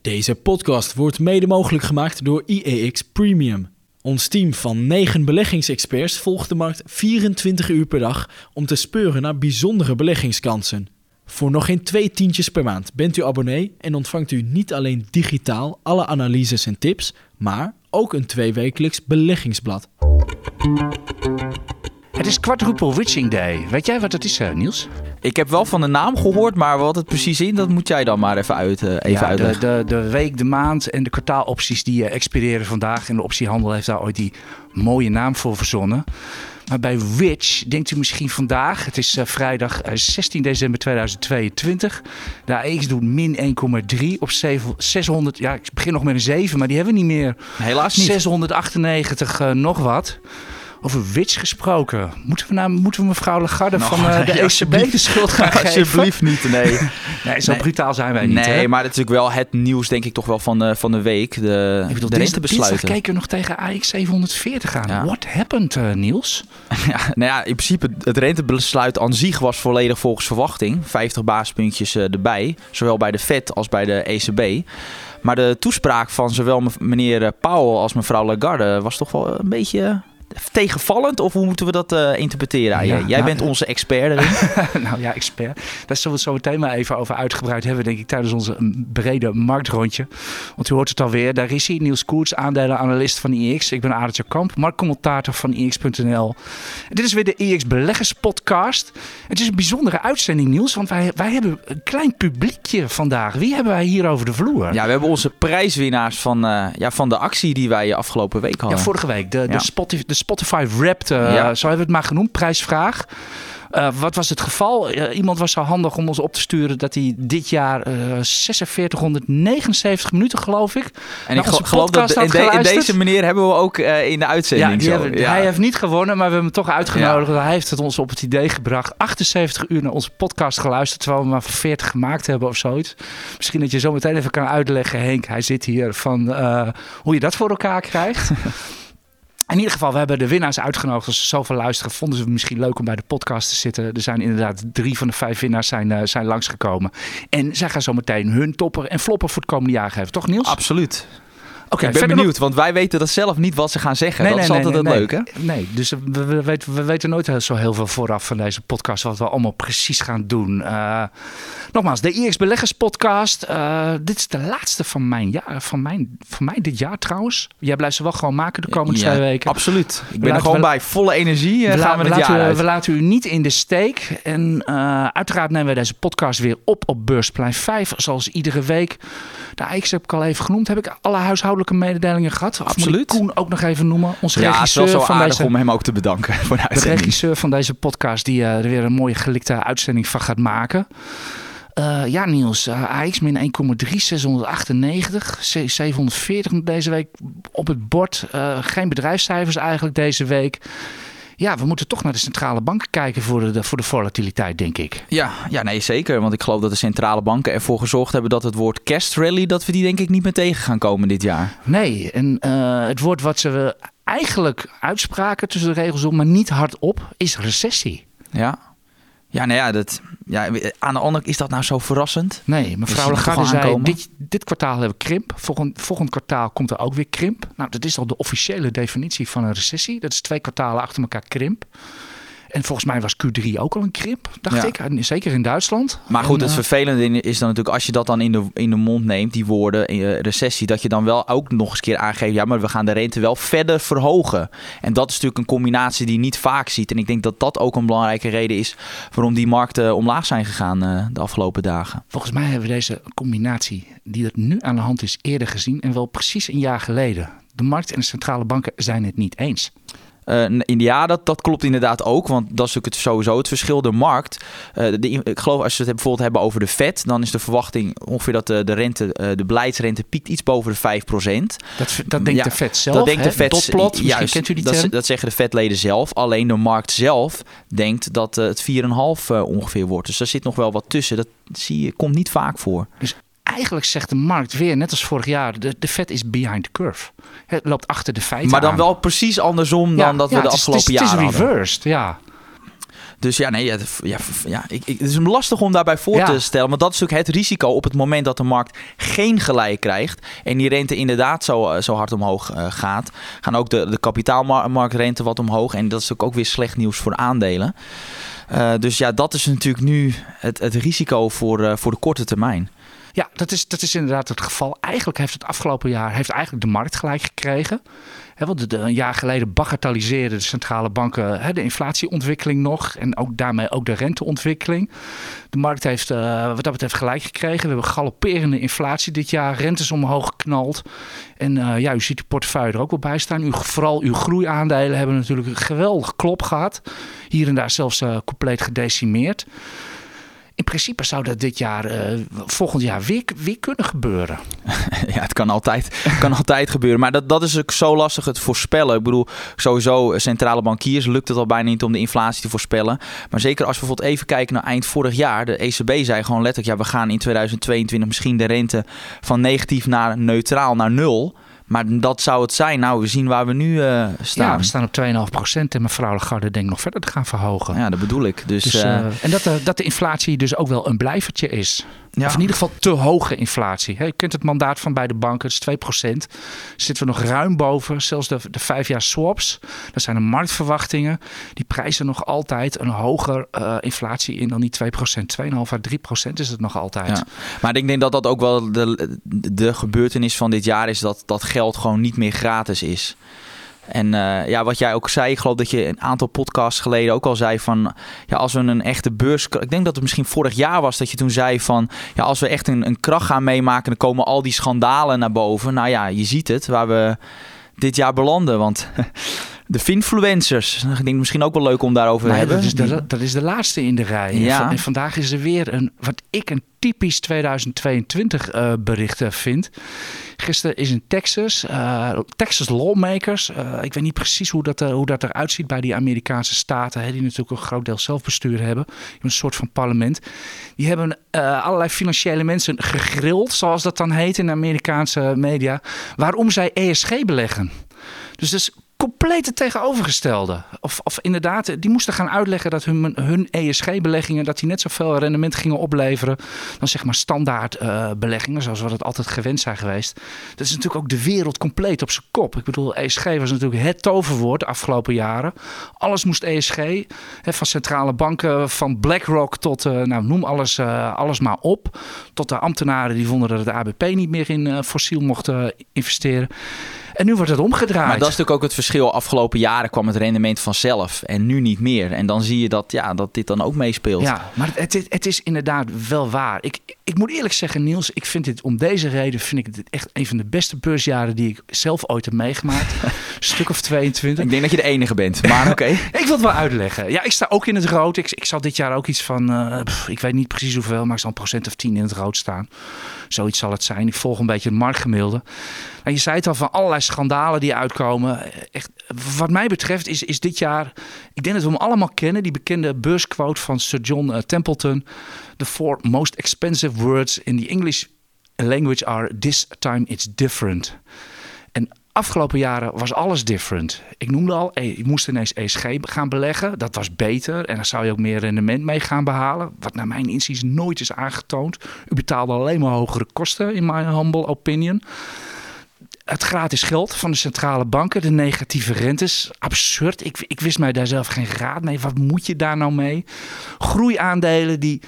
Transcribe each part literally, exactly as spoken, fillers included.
Deze podcast wordt mede mogelijk gemaakt door I E X Premium. Ons team van negen beleggingsexperts volgt de markt vierentwintig uur per dag om te speuren naar bijzondere beleggingskansen. Voor nog geen twee tientjes per maand bent u abonnee en ontvangt u niet alleen digitaal alle analyses en tips, maar ook een tweewekelijks beleggingsblad. Het is Quadruple Witching Day. Weet jij wat het is, Niels? Ik heb wel van de naam gehoord, maar wat het precies in, dat moet jij dan maar even, uit, uh, even ja, uitleggen. De, de, de week, de maand en de kwartaalopties die uh, expireren vandaag. En de optiehandel heeft daar ooit die mooie naam voor verzonnen. Maar bij Witch denkt u misschien vandaag, het is uh, vrijdag uh, zestien december tweeduizend tweeëntwintig. De A X doet min één komma drie op zeshonderd. Ja, ik begin nog met een zeven, maar die hebben we niet meer. Helaas niet. zeshonderdachtennegentig uh, nog wat. Over Witch gesproken. Moeten we, nou, moeten we mevrouw Lagarde nou, van uh, de nee, E C B de schuld gaan geven? Alsjeblieft niet, nee. nee, zo nee. brutaal zijn wij niet. Nee, hè? maar dat is natuurlijk wel het nieuws, denk ik, toch wel van de, van de week. De, ik bedoel, de rentebesluiten. Dinsdag keken we nog tegen A X zevenhonderdveertig aan. Ja. What happened, uh, Niels? Ja, nou ja, in principe, het rentebesluit aan zich was volledig volgens verwachting. vijftig basispuntjes uh, erbij. Zowel bij de Fed als bij de E C B. Maar de toespraak van zowel meneer Powell als mevrouw Lagarde was toch wel een beetje tegenvallend, of hoe moeten we dat uh, interpreteren? Ja, Jij nou, bent onze expert erin. nou ja, expert. Daar zullen we het zo meteen maar even over uitgebreid hebben, denk ik, tijdens onze brede marktrondje. Want u hoort het alweer, daar is hij, Niels Koerts, aandelenanalist van I X. Ik ben Adertje Kamp, marktcommentator van I X punt N L. En dit is weer de I X Beleggers podcast. Het is een bijzondere uitzending, Niels, want wij, wij hebben een klein publiekje vandaag. Wie hebben wij hier over de vloer? Ja, we hebben onze prijswinnaars van, uh, ja, van de actie die wij afgelopen week hadden. Ja, vorige week. De, ja. de Spotify... De Spotify Wrapped, uh, ja. zo hebben we het maar genoemd, prijsvraag. Uh, wat was het geval? Uh, iemand was zo handig om ons op te sturen dat hij dit jaar uh, zesenveertighonderdnegenenzeventig minuten, geloof ik. En ik geloof dat de, in, de, in deze meneer hebben we ook uh, in de uitzending. Ja, die zo. hebben, ja. Hij heeft niet gewonnen, maar we hebben hem toch uitgenodigd. Ja. Hij heeft het ons op het idee gebracht. achtenzeventig uur naar onze podcast geluisterd, terwijl we maar voor veertig gemaakt hebben of zoiets. Misschien dat je zo meteen even kan uitleggen, Henk. Hij zit hier van uh, hoe je dat voor elkaar krijgt. In ieder geval, we hebben de winnaars uitgenodigd. Als ze zoveel luisteren, vonden ze het misschien leuk om bij de podcast te zitten. Er zijn inderdaad drie van de vijf winnaars zijn, uh, zijn langsgekomen. En zij gaan zo meteen hun topper en flopper voor het komende jaar geven. Toch, Niels? Absoluut. Okay, ik ben benieuwd, nog... want wij weten dat zelf niet wat ze gaan zeggen. Nee, dat nee, is altijd nee, nee, het leuke. Nee, nee. dus we, we, weten, we weten nooit zo heel veel vooraf van deze podcast, wat we allemaal precies gaan doen. Uh, nogmaals, de I X Beleggers podcast. Uh, dit is de laatste van mijn jaar, van, mijn, van mij dit jaar trouwens. Jij blijft ze wel gewoon maken de komende ja, twee weken. Absoluut. Ik ben er gewoon we, bij. Volle energie uh, we gaan we, we het jaar u, uit. We laten u niet in de steek. En uh, uiteraard nemen we deze podcast weer op op Beursplein vijf. Zoals iedere week. De A X heb ik al even genoemd. Heb ik alle huishoudelijke mededelingen gehad? Of absoluut. Moet ik Koen ook nog even noemen? Onze ja, regisseur het is wel zo van aardig deze, om hem ook te bedanken voor de uitzending. De regisseur van deze podcast die uh, er weer een mooie gelikte uitzending van gaat maken. Uh, ja, Niels, uh, A X min één komma drie, zeshonderdachtennegentig, zevenhonderdveertig deze week op het bord. Uh, geen bedrijfscijfers eigenlijk deze week. Ja, we moeten toch naar de centrale banken kijken voor de, voor de volatiliteit, denk ik. Ja, ja, nee, zeker. Want ik geloof dat de centrale banken ervoor gezorgd hebben dat het woord kerstrally, dat we die denk ik niet meer tegen gaan komen dit jaar. Nee, en uh, het woord wat ze eigenlijk uitspraken tussen de regels op, maar niet hardop, is recessie. Ja. Ja, nou ja, dat, ja, aan de andere kant is dat nou zo verrassend? Nee, mevrouw Lagarde zei, dit, dit kwartaal hebben we krimp. Volgend, volgend kwartaal komt er ook weer krimp. Nou, dat is al de officiële definitie van een recessie. Dat is twee kwartalen achter elkaar krimp. En volgens mij was Q drie ook al een krimp, dacht ja. ik. Zeker in Duitsland. Maar goed, en, het uh, vervelende is dan natuurlijk, als je dat dan in de, in de mond neemt, die woorden, uh, recessie, dat je dan wel ook nog eens keer aangeeft, ja, maar we gaan de rente wel verder verhogen. En dat is natuurlijk een combinatie die je niet vaak ziet. En ik denk dat dat ook een belangrijke reden is waarom die markten omlaag zijn gegaan uh, de afgelopen dagen. Volgens mij hebben we deze combinatie, die er nu aan de hand is, eerder gezien en wel precies een jaar geleden. De markt en de centrale banken zijn het niet eens. Uh, ja, dat, dat klopt inderdaad ook. Want dat is natuurlijk het, sowieso het verschil. De markt, uh, de, ik geloof als we het bijvoorbeeld hebben over de Fed, dan is de verwachting ongeveer dat de, de rente, uh, de beleidsrente piekt iets boven de vijf procent. Dat, dat denkt ja, de Fed zelf, dat denkt de Fed, dotplot, juist, kent u die dat, term? dat zeggen de Fed-leden zelf. Alleen de markt zelf denkt dat uh, het vier komma vijf uh, ongeveer wordt. Dus daar zit nog wel wat tussen. Dat zie je, komt niet vaak voor. Dus eigenlijk zegt de markt weer, net als vorig jaar, de, de Fed is behind the curve. Het loopt achter de feiten Maar dan aan. wel precies andersom dan ja, dat we ja, de afgelopen jaren hadden. Het is, het is reversed, hadden. ja. Dus ja, nee, ja, ja, ja ik, ik, het is lastig om daarbij voor ja. te stellen. Want dat is natuurlijk het risico op het moment dat de markt geen gelijk krijgt. En die rente inderdaad zo, zo hard omhoog uh, gaat. Gaan ook de, de kapitaalmarktrente wat omhoog. En dat is natuurlijk ook weer slecht nieuws voor aandelen. Uh, dus ja, dat is natuurlijk nu het, het risico voor, uh, voor de korte termijn. Ja, dat is, dat is inderdaad het geval. Eigenlijk heeft het afgelopen jaar heeft eigenlijk de markt gelijk gekregen. He, want de, de, een jaar geleden bagatelliseerden de centrale banken he, de inflatieontwikkeling nog. En ook daarmee ook de renteontwikkeling. De markt heeft uh, wat dat betreft gelijk gekregen. We hebben galopperende inflatie dit jaar. Rentes omhoog geknald. En uh, ja, u ziet de portefeuille er ook wel bij staan. U, vooral uw groeiaandelen hebben natuurlijk een geweldig klop gehad. Hier en daar zelfs uh, compleet gedecimeerd. In principe zou dat dit jaar, uh, volgend jaar weer, weer kunnen gebeuren. Ja, het kan altijd, kan altijd gebeuren. Maar dat, dat is ook zo lastig het voorspellen. Ik bedoel, sowieso centrale bankiers lukt het al bijna niet om de inflatie te voorspellen. Maar zeker als we bijvoorbeeld even kijken naar eind vorig jaar. De E C B zei gewoon letterlijk, ja, we gaan in tweeduizend tweeëntwintig misschien de rente van negatief naar neutraal naar nul. Maar dat zou het zijn. Nou, we zien waar we nu uh, staan. Ja, we staan op twee komma vijf procent en mevrouw Lagarde denkt nog verder te gaan verhogen. Ja, dat bedoel ik. Dus, dus, uh, uh, en dat de, dat de inflatie dus ook wel een blijvertje is. Ja. Of in ieder geval te hoge inflatie. He, je kent het mandaat van beide banken, dat is twee procent. Zitten we nog ruim boven, zelfs de, de vijf jaar swaps. Dat zijn de marktverwachtingen. Die prijzen nog altijd een hoger uh, inflatie in dan die twee procent. twee komma vijf à drie procent is het nog altijd. Ja. Maar ik denk dat dat ook wel de, de gebeurtenis van dit jaar is, dat dat geld gewoon niet meer gratis is. En uh, ja, wat jij ook zei, ik geloof dat je een aantal podcasts geleden ook al zei van, ja, als we een echte beurs, ik denk dat het misschien vorig jaar was dat je toen zei van, ja, als we echt een, een kracht gaan meemaken, dan komen al die schandalen naar boven. Nou ja, je ziet het, waar we dit jaar belanden, want de finfluencers, ik denk misschien ook wel leuk om daarover te nee, hebben. Dat is, de, dat is de laatste in de rij. Ja. En, en vandaag is er weer een, wat ik een typisch tweeduizend tweeëntwintig uh, bericht vind. Gisteren is in Texas, uh, Texas lawmakers, uh, ik weet niet precies hoe dat, uh, hoe dat eruit ziet bij die Amerikaanse staten, hè, die natuurlijk een groot deel zelfbestuur hebben, een soort van parlement. Die hebben uh, allerlei financiële mensen gegrild, zoals dat dan heet in de Amerikaanse media, waarom zij E S G beleggen. Dus dus compleet het tegenovergestelde. Of, of inderdaad, die moesten gaan uitleggen dat hun, hun E S G-beleggingen, dat die net zoveel rendement gingen opleveren dan zeg maar standaard uh, beleggingen, zoals we dat altijd gewend zijn geweest. Dat is natuurlijk ook de wereld compleet op zijn kop. Ik bedoel, E S G was natuurlijk het toverwoord de afgelopen jaren. Alles moest E S G, hè, van centrale banken, van BlackRock tot, uh, nou noem alles, uh, alles maar op. Tot de ambtenaren die vonden dat het A B P niet meer in uh, fossiel mochten uh, investeren. En nu wordt het omgedraaid. Maar dat is natuurlijk ook het verschil. Afgelopen jaren kwam het rendement vanzelf en nu niet meer. En dan zie je dat, ja, dat dit dan ook meespeelt. Ja, maar het, het, het is inderdaad wel waar. Ik, ik moet eerlijk zeggen, Niels, ik vind dit om deze reden vind ik dit echt een van de beste beursjaren die ik zelf ooit heb meegemaakt. Een stuk of tweeëntwintig. Ik denk dat je de enige bent, maar oké. Okay. Ik wil het wel uitleggen. Ja, ik sta ook in het rood. Ik, ik zal dit jaar ook iets van, uh, pff, ik weet niet precies hoeveel, maar ik zal een procent of tien in het rood staan. Zoiets zal het zijn. Ik volg een beetje het marktgemiddelde. En je zei het al, van allerlei schandalen die uitkomen. Echt, wat mij betreft is, is dit jaar, ik denk dat we hem allemaal kennen, die bekende beursquote van Sir John uh, Templeton. The four most expensive words in the English language are this time it's different. En afgelopen jaren was alles different. Ik noemde al, je moest ineens E S G gaan beleggen. Dat was beter en daar zou je ook meer rendement mee gaan behalen. Wat naar mijn inziens nooit is aangetoond. U betaalde alleen maar hogere kosten, in my humble opinion. Het gratis geld van de centrale banken, de negatieve rentes, absurd. Ik, ik wist mij daar zelf geen raad mee. Wat moet je daar nou mee? Groeiaandelen die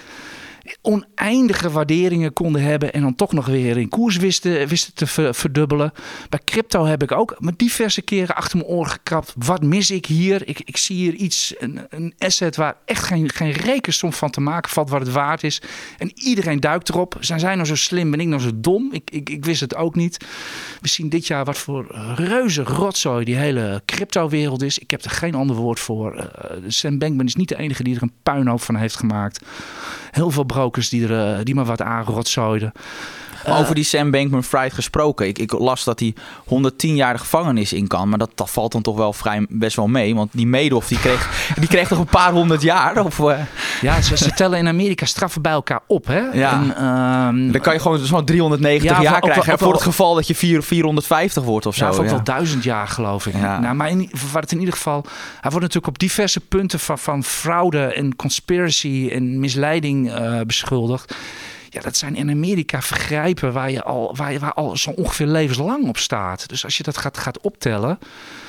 oneindige waarderingen konden hebben en dan toch nog weer in koers wisten, wisten te ver, verdubbelen. Bij crypto heb ik ook met diverse keren achter mijn oren gekrapt. Wat mis ik hier? Ik, ik zie hier iets, een, een asset waar echt geen, geen rekensom van te maken valt wat het waard is. En iedereen duikt erop. Zijn zij nou zo slim? Ben ik nou zo dom? Ik, ik, ik wist het ook niet. We zien dit jaar wat voor reuze rotzooi die hele crypto-wereld is. Ik heb er geen ander woord voor. Uh, Sam Bankman is niet de enige die er een puinhoop van heeft gemaakt. Heel veel brokers die, er, die maar wat aanrotzooiden. Maar uh, over die Sam Bankman-Fried gesproken. Ik, ik las dat hij honderdtien jaar de gevangenis in kan. Maar dat, dat valt dan toch wel vrij best wel mee. Want die Madoff die kreeg, die kreeg toch een paar honderd jaar? Of, uh... Ja, ze, ze tellen in Amerika straffen bij elkaar op. Hè? Ja. En, um, dan kan je gewoon zo'n driehonderdnegentig ja, jaar krijgen. Wel, voor wel, het geval dat je vierhonderdvijftig wordt of zo. Ja, of ook ja. wel duizend jaar geloof ik. Ja. Nou, maar in, waar het in ieder geval... Hij wordt natuurlijk op diverse punten van, van fraude en conspiracy en misleiding uh, beschuldigd. Ja, dat zijn in Amerika vergrijpen waar je al, waar je waar al zo ongeveer levenslang op staat. Dus als je dat gaat, gaat optellen...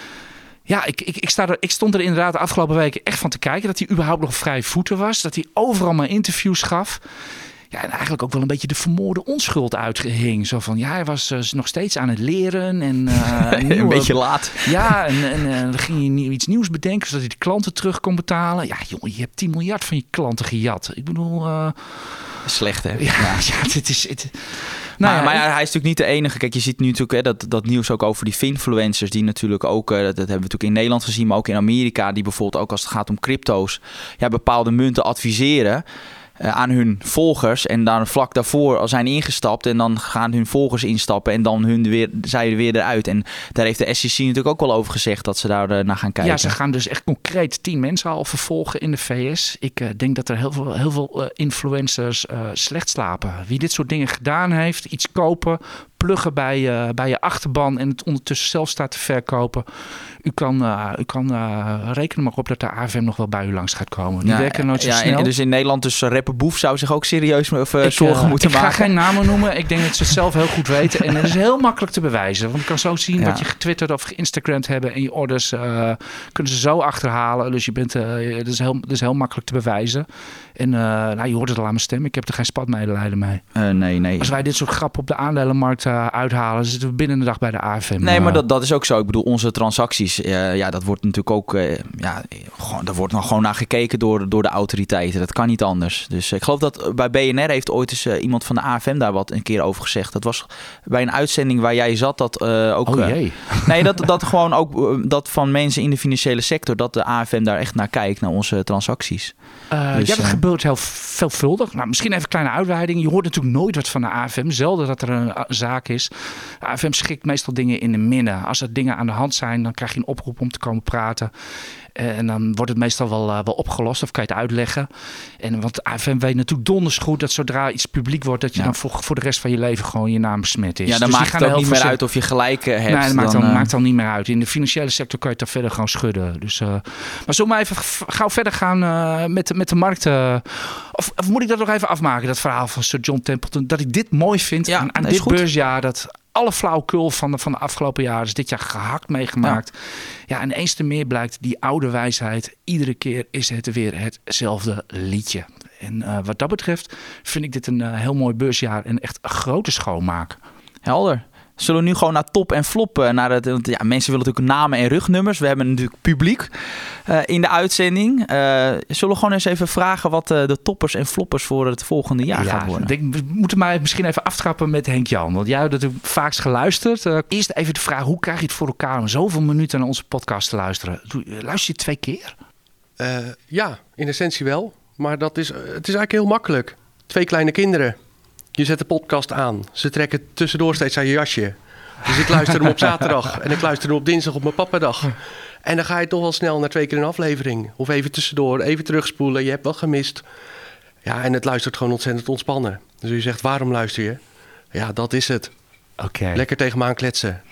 Ja, ik, ik, ik, sta er, ik stond er inderdaad de afgelopen weken echt van te kijken... dat hij überhaupt nog vrij voeten was. Dat hij overal maar interviews gaf. Ja, en eigenlijk ook wel een beetje de vermoorde onschuld uithing. Zo van, ja, hij was uh, nog steeds aan het leren. En, uh, een, nieuwe, een beetje laat. Ja, en, en uh, dan ging je nieuw, iets nieuws bedenken... zodat hij de klanten terug kon betalen. Ja, jongen, je hebt tien miljard van je klanten gejat. Ik bedoel... Uh, Slecht, hè? Ja, ja. ja dit is... Het, Nou, maar, ja, maar ja, hij is natuurlijk niet de enige. Kijk, je ziet nu natuurlijk hè, dat, dat nieuws ook over die finfluencers... die natuurlijk ook, uh, dat, dat hebben we natuurlijk in Nederland gezien... maar ook in Amerika, die bijvoorbeeld ook als het gaat om crypto's... ja, bepaalde munten adviseren... Uh, aan hun volgers en dan vlak daarvoor al zijn ingestapt en dan gaan hun volgers instappen en dan hun weer, zij weer eruit. En daar heeft de S E C natuurlijk ook wel over gezegd dat ze daar uh, naar gaan kijken. Ja, ze gaan dus echt concreet tien mensen al vervolgen in de V S. Ik uh, denk dat er heel veel, heel veel uh, influencers uh, slecht slapen. Wie dit soort dingen gedaan heeft, iets kopen, pluggen bij, uh, bij je achterban en het ondertussen zelf staat te verkopen. U kan, uh, u kan uh, rekenen maar op dat de A F M nog wel bij u langs gaat komen. Die ja, werken nooit zo ja, snel. En dus in Nederland, dus rapper Boef zou zich ook serieus of, uh, ik, zorgen uh, moeten ik maken. Ik ga geen namen noemen. Ik denk dat ze het zelf heel goed weten. En het is heel makkelijk te bewijzen. Want je kan zo zien ja. wat je getwitterd of geïnstagramd hebben. En je orders uh, kunnen ze zo achterhalen. Dus je bent, uh, dat, is heel, dat is heel makkelijk te bewijzen. En uh, nou, je hoort het al aan mijn stem. Ik heb er geen spatmedelijden mee. Uh, nee, nee. Als wij dit soort grappen op de aandelenmarkt uh, uithalen, zitten we binnen de dag bij de A F M. Nee, maar dat, dat is ook zo. Ik bedoel, onze transacties, uh, ja, dat wordt natuurlijk ook, uh, ja, gewoon, daar wordt nog gewoon naar gekeken door, door de autoriteiten. Dat kan niet anders. Dus uh, ik geloof dat bij B N R heeft ooit eens uh, iemand van de A F M daar wat een keer over gezegd. Dat was bij een uitzending waar jij zat, dat uh, ook... Oh jee. Uh, nee, dat, dat gewoon ook, uh, dat van mensen in de financiële sector, dat de A F M daar echt naar kijkt, naar onze transacties. Uh, dus, ja, dat uh, gebeurt heel veelvuldig. Nou, misschien even een kleine uitweiding. Je hoort natuurlijk nooit wat van de A F M. Zelden dat er een uh, zaak is. De A F M schikt meestal dingen in de midden. Als er dingen aan de hand zijn, dan krijg je een oproep om te komen praten. Uh, en dan wordt het meestal wel, uh, wel opgelost of kan je het uitleggen. En, want de A F M weet natuurlijk donders goed dat zodra iets publiek wordt, dat je ja. dan voor, voor de rest van je leven gewoon je naam besmet is. Ja, dan dus maakt het ook niet meer uit of je gelijk uh, hebt. Nee, dat maakt dan, uh... maakt dan niet meer uit. In de financiële sector kan je het dan verder gewoon schudden. Dus, uh, maar zullen we maar even gauw verder gaan uh, met, met de markt? Uh, of, of moet ik dat nog even afmaken, dat verhaal van Sir John Templeton? Dat ik dit mooi vind ja, aan, aan dit goed. beursjaar. Dat alle flauwekul van de, van de afgelopen jaren is dit jaar gehakt meegemaakt. Ja. ja, en eens te meer blijkt die oude wijsheid. Iedere keer is het weer hetzelfde liedje. En uh, wat dat betreft vind ik dit een uh, heel mooi beursjaar en echt een grote schoonmaak. Helder. Zullen we nu gewoon naar top en flop? Naar het, want ja, mensen willen natuurlijk namen en rugnummers. We hebben natuurlijk publiek uh, in de uitzending. Uh, zullen we gewoon eens even vragen wat uh, de toppers en floppers voor het volgende jaar ja, gaat worden? Denk, we moeten maar misschien even aftrappen met Henk-Jan. Want jij hebt natuurlijk vaakst geluisterd. Uh, eerst even de vraag, hoe krijg je het voor elkaar om zoveel minuten naar onze podcast te luisteren? Luister je twee keer? Uh, ja, in essentie wel. Maar dat is, het is eigenlijk heel makkelijk. Twee kleine kinderen. Je zet de podcast aan. Ze trekken tussendoor steeds aan je jasje. Dus ik luister hem op zaterdag. En ik luister hem op dinsdag op mijn pappadag. En dan ga je toch wel snel naar twee keer een aflevering. Of even tussendoor, even terugspoelen. Je hebt wat gemist. Ja, en het luistert gewoon ontzettend ontspannen. Dus je zegt, waarom luister je? Ja, dat is het. Okay. Lekker tegen me aan kletsen.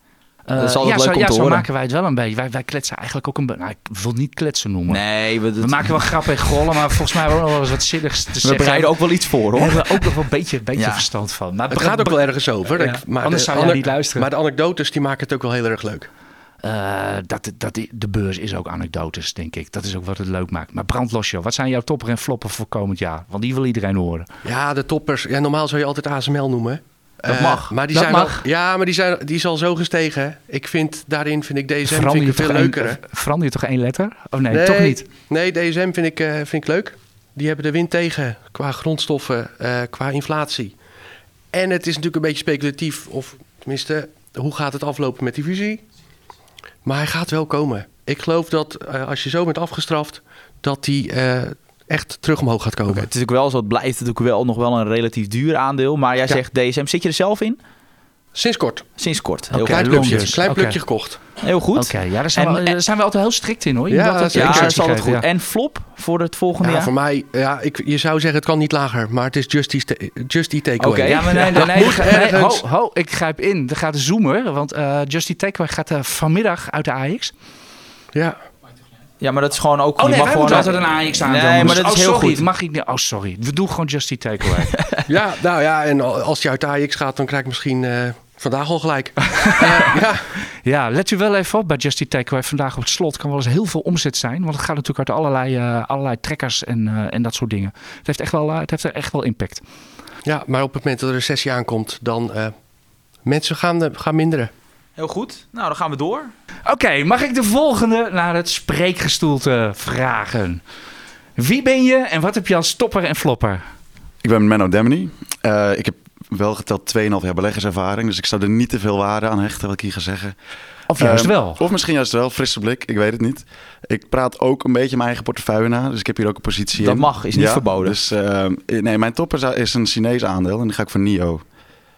Uh, dat is altijd ja, leuk zo, om ja, te zo horen. Maken wij het wel een beetje. Wij, wij kletsen eigenlijk ook een beetje. Nou, ik wil het niet kletsen noemen. Nee, we, we maken wel grappen en grollen, maar volgens mij hebben we ook nog wel eens wat zinnigs te we zeggen. We bereiden ook wel iets voor, hoor. Daar hebben we ook nog wel een beetje, beetje ja. verstand van. Maar het gaat ook wel ergens over. Ja. Maar Anders de, zou je niet luisteren. Maar de anekdotes die maken het ook wel heel erg leuk. Uh, dat, dat, de beurs is ook anekdotes, denk ik. Dat is ook wat het leuk maakt. Maar brand los, joh. Wat zijn jouw topper en floppen voor komend jaar? Want die wil iedereen horen. Ja, de toppers. Ja, normaal zou je altijd A S M L noemen. Dat mag. Uh, maar die dat zijn mag. Al, ja, maar die, zijn, die is al zo gestegen. Ik vind daarin vind ik D S M vind ik veel leuker. Verander je toch één letter? Oh nee, nee, toch niet? Nee, D S M vind ik, uh, vind ik leuk. Die hebben de wind tegen qua grondstoffen, uh, qua inflatie. En het is natuurlijk een beetje speculatief. Of tenminste, hoe gaat het aflopen met die fusie? Maar hij gaat wel komen. Ik geloof dat uh, als je zo bent afgestraft, dat die uh, echt terug omhoog gaat komen. Okay, het is natuurlijk wel zo, het blijft natuurlijk wel nog wel een relatief duur aandeel. Maar jij ja. zegt D S M, zit je er zelf in? Sinds kort. Sinds kort. Heel klein plukje, klein plukje okay. gekocht. Heel goed. Oké, okay, ja, daar zijn, en, we, daar zijn we altijd heel strikt in hoor. Je ja, dat, ja, dat is altijd goed. Ja. En flop voor het volgende ja, jaar? Voor mij, ja, ik, je zou zeggen het kan niet lager, maar het is Just Eat, just eat Takeaway. Oké, okay. ja, maar nee, nee, nee, nee, nee ho, ho, ik grijp in. Er gaat een zoomer, want uh, Just Eat Takeaway gaat uh, vanmiddag uit de A X. Ja. Ja, maar dat is gewoon ook... Oh nee, mag wij gewoon moeten altijd een A X aan. Nee, maar dat oh, is heel sorry, goed. Mag ik niet? Oh, sorry. We doen gewoon Just Eat Takeaway. ja, nou ja, en als je uit de A X gaat, dan krijg ik misschien... Uh, Vandaag al gelijk. uh, ja. ja, let u wel even op bij Just Eat Takeaway. Vandaag op het slot kan wel eens heel veel omzet zijn. Want het gaat natuurlijk uit allerlei, uh, allerlei trekkers en, uh, en dat soort dingen. Het heeft echt wel, uh, het heeft echt wel impact. Ja, maar op het moment dat de recessie aankomt, dan uh, mensen gaan, uh, gaan minderen. Heel goed. Nou, dan gaan we door. Oké, okay, mag ik de volgende naar het spreekgestoelte vragen? Wie ben je en wat heb je als topper en flopper? Ik ben Menno Demeny. Uh, ik heb wel geteld twee komma vijf jaar beleggerservaring. Dus ik zou er niet te veel waarde aan hechten, wat ik hier ga zeggen. Of juist um, wel. Of misschien juist wel. Frisse blik, ik weet het niet. Ik praat ook een beetje mijn eigen portefeuille na. Dus ik heb hier ook een positie dat in. Dat mag, is niet ja, verboden. Dus uh, nee, mijn topper is een Chinees aandeel. En dan ga ik voor N I O.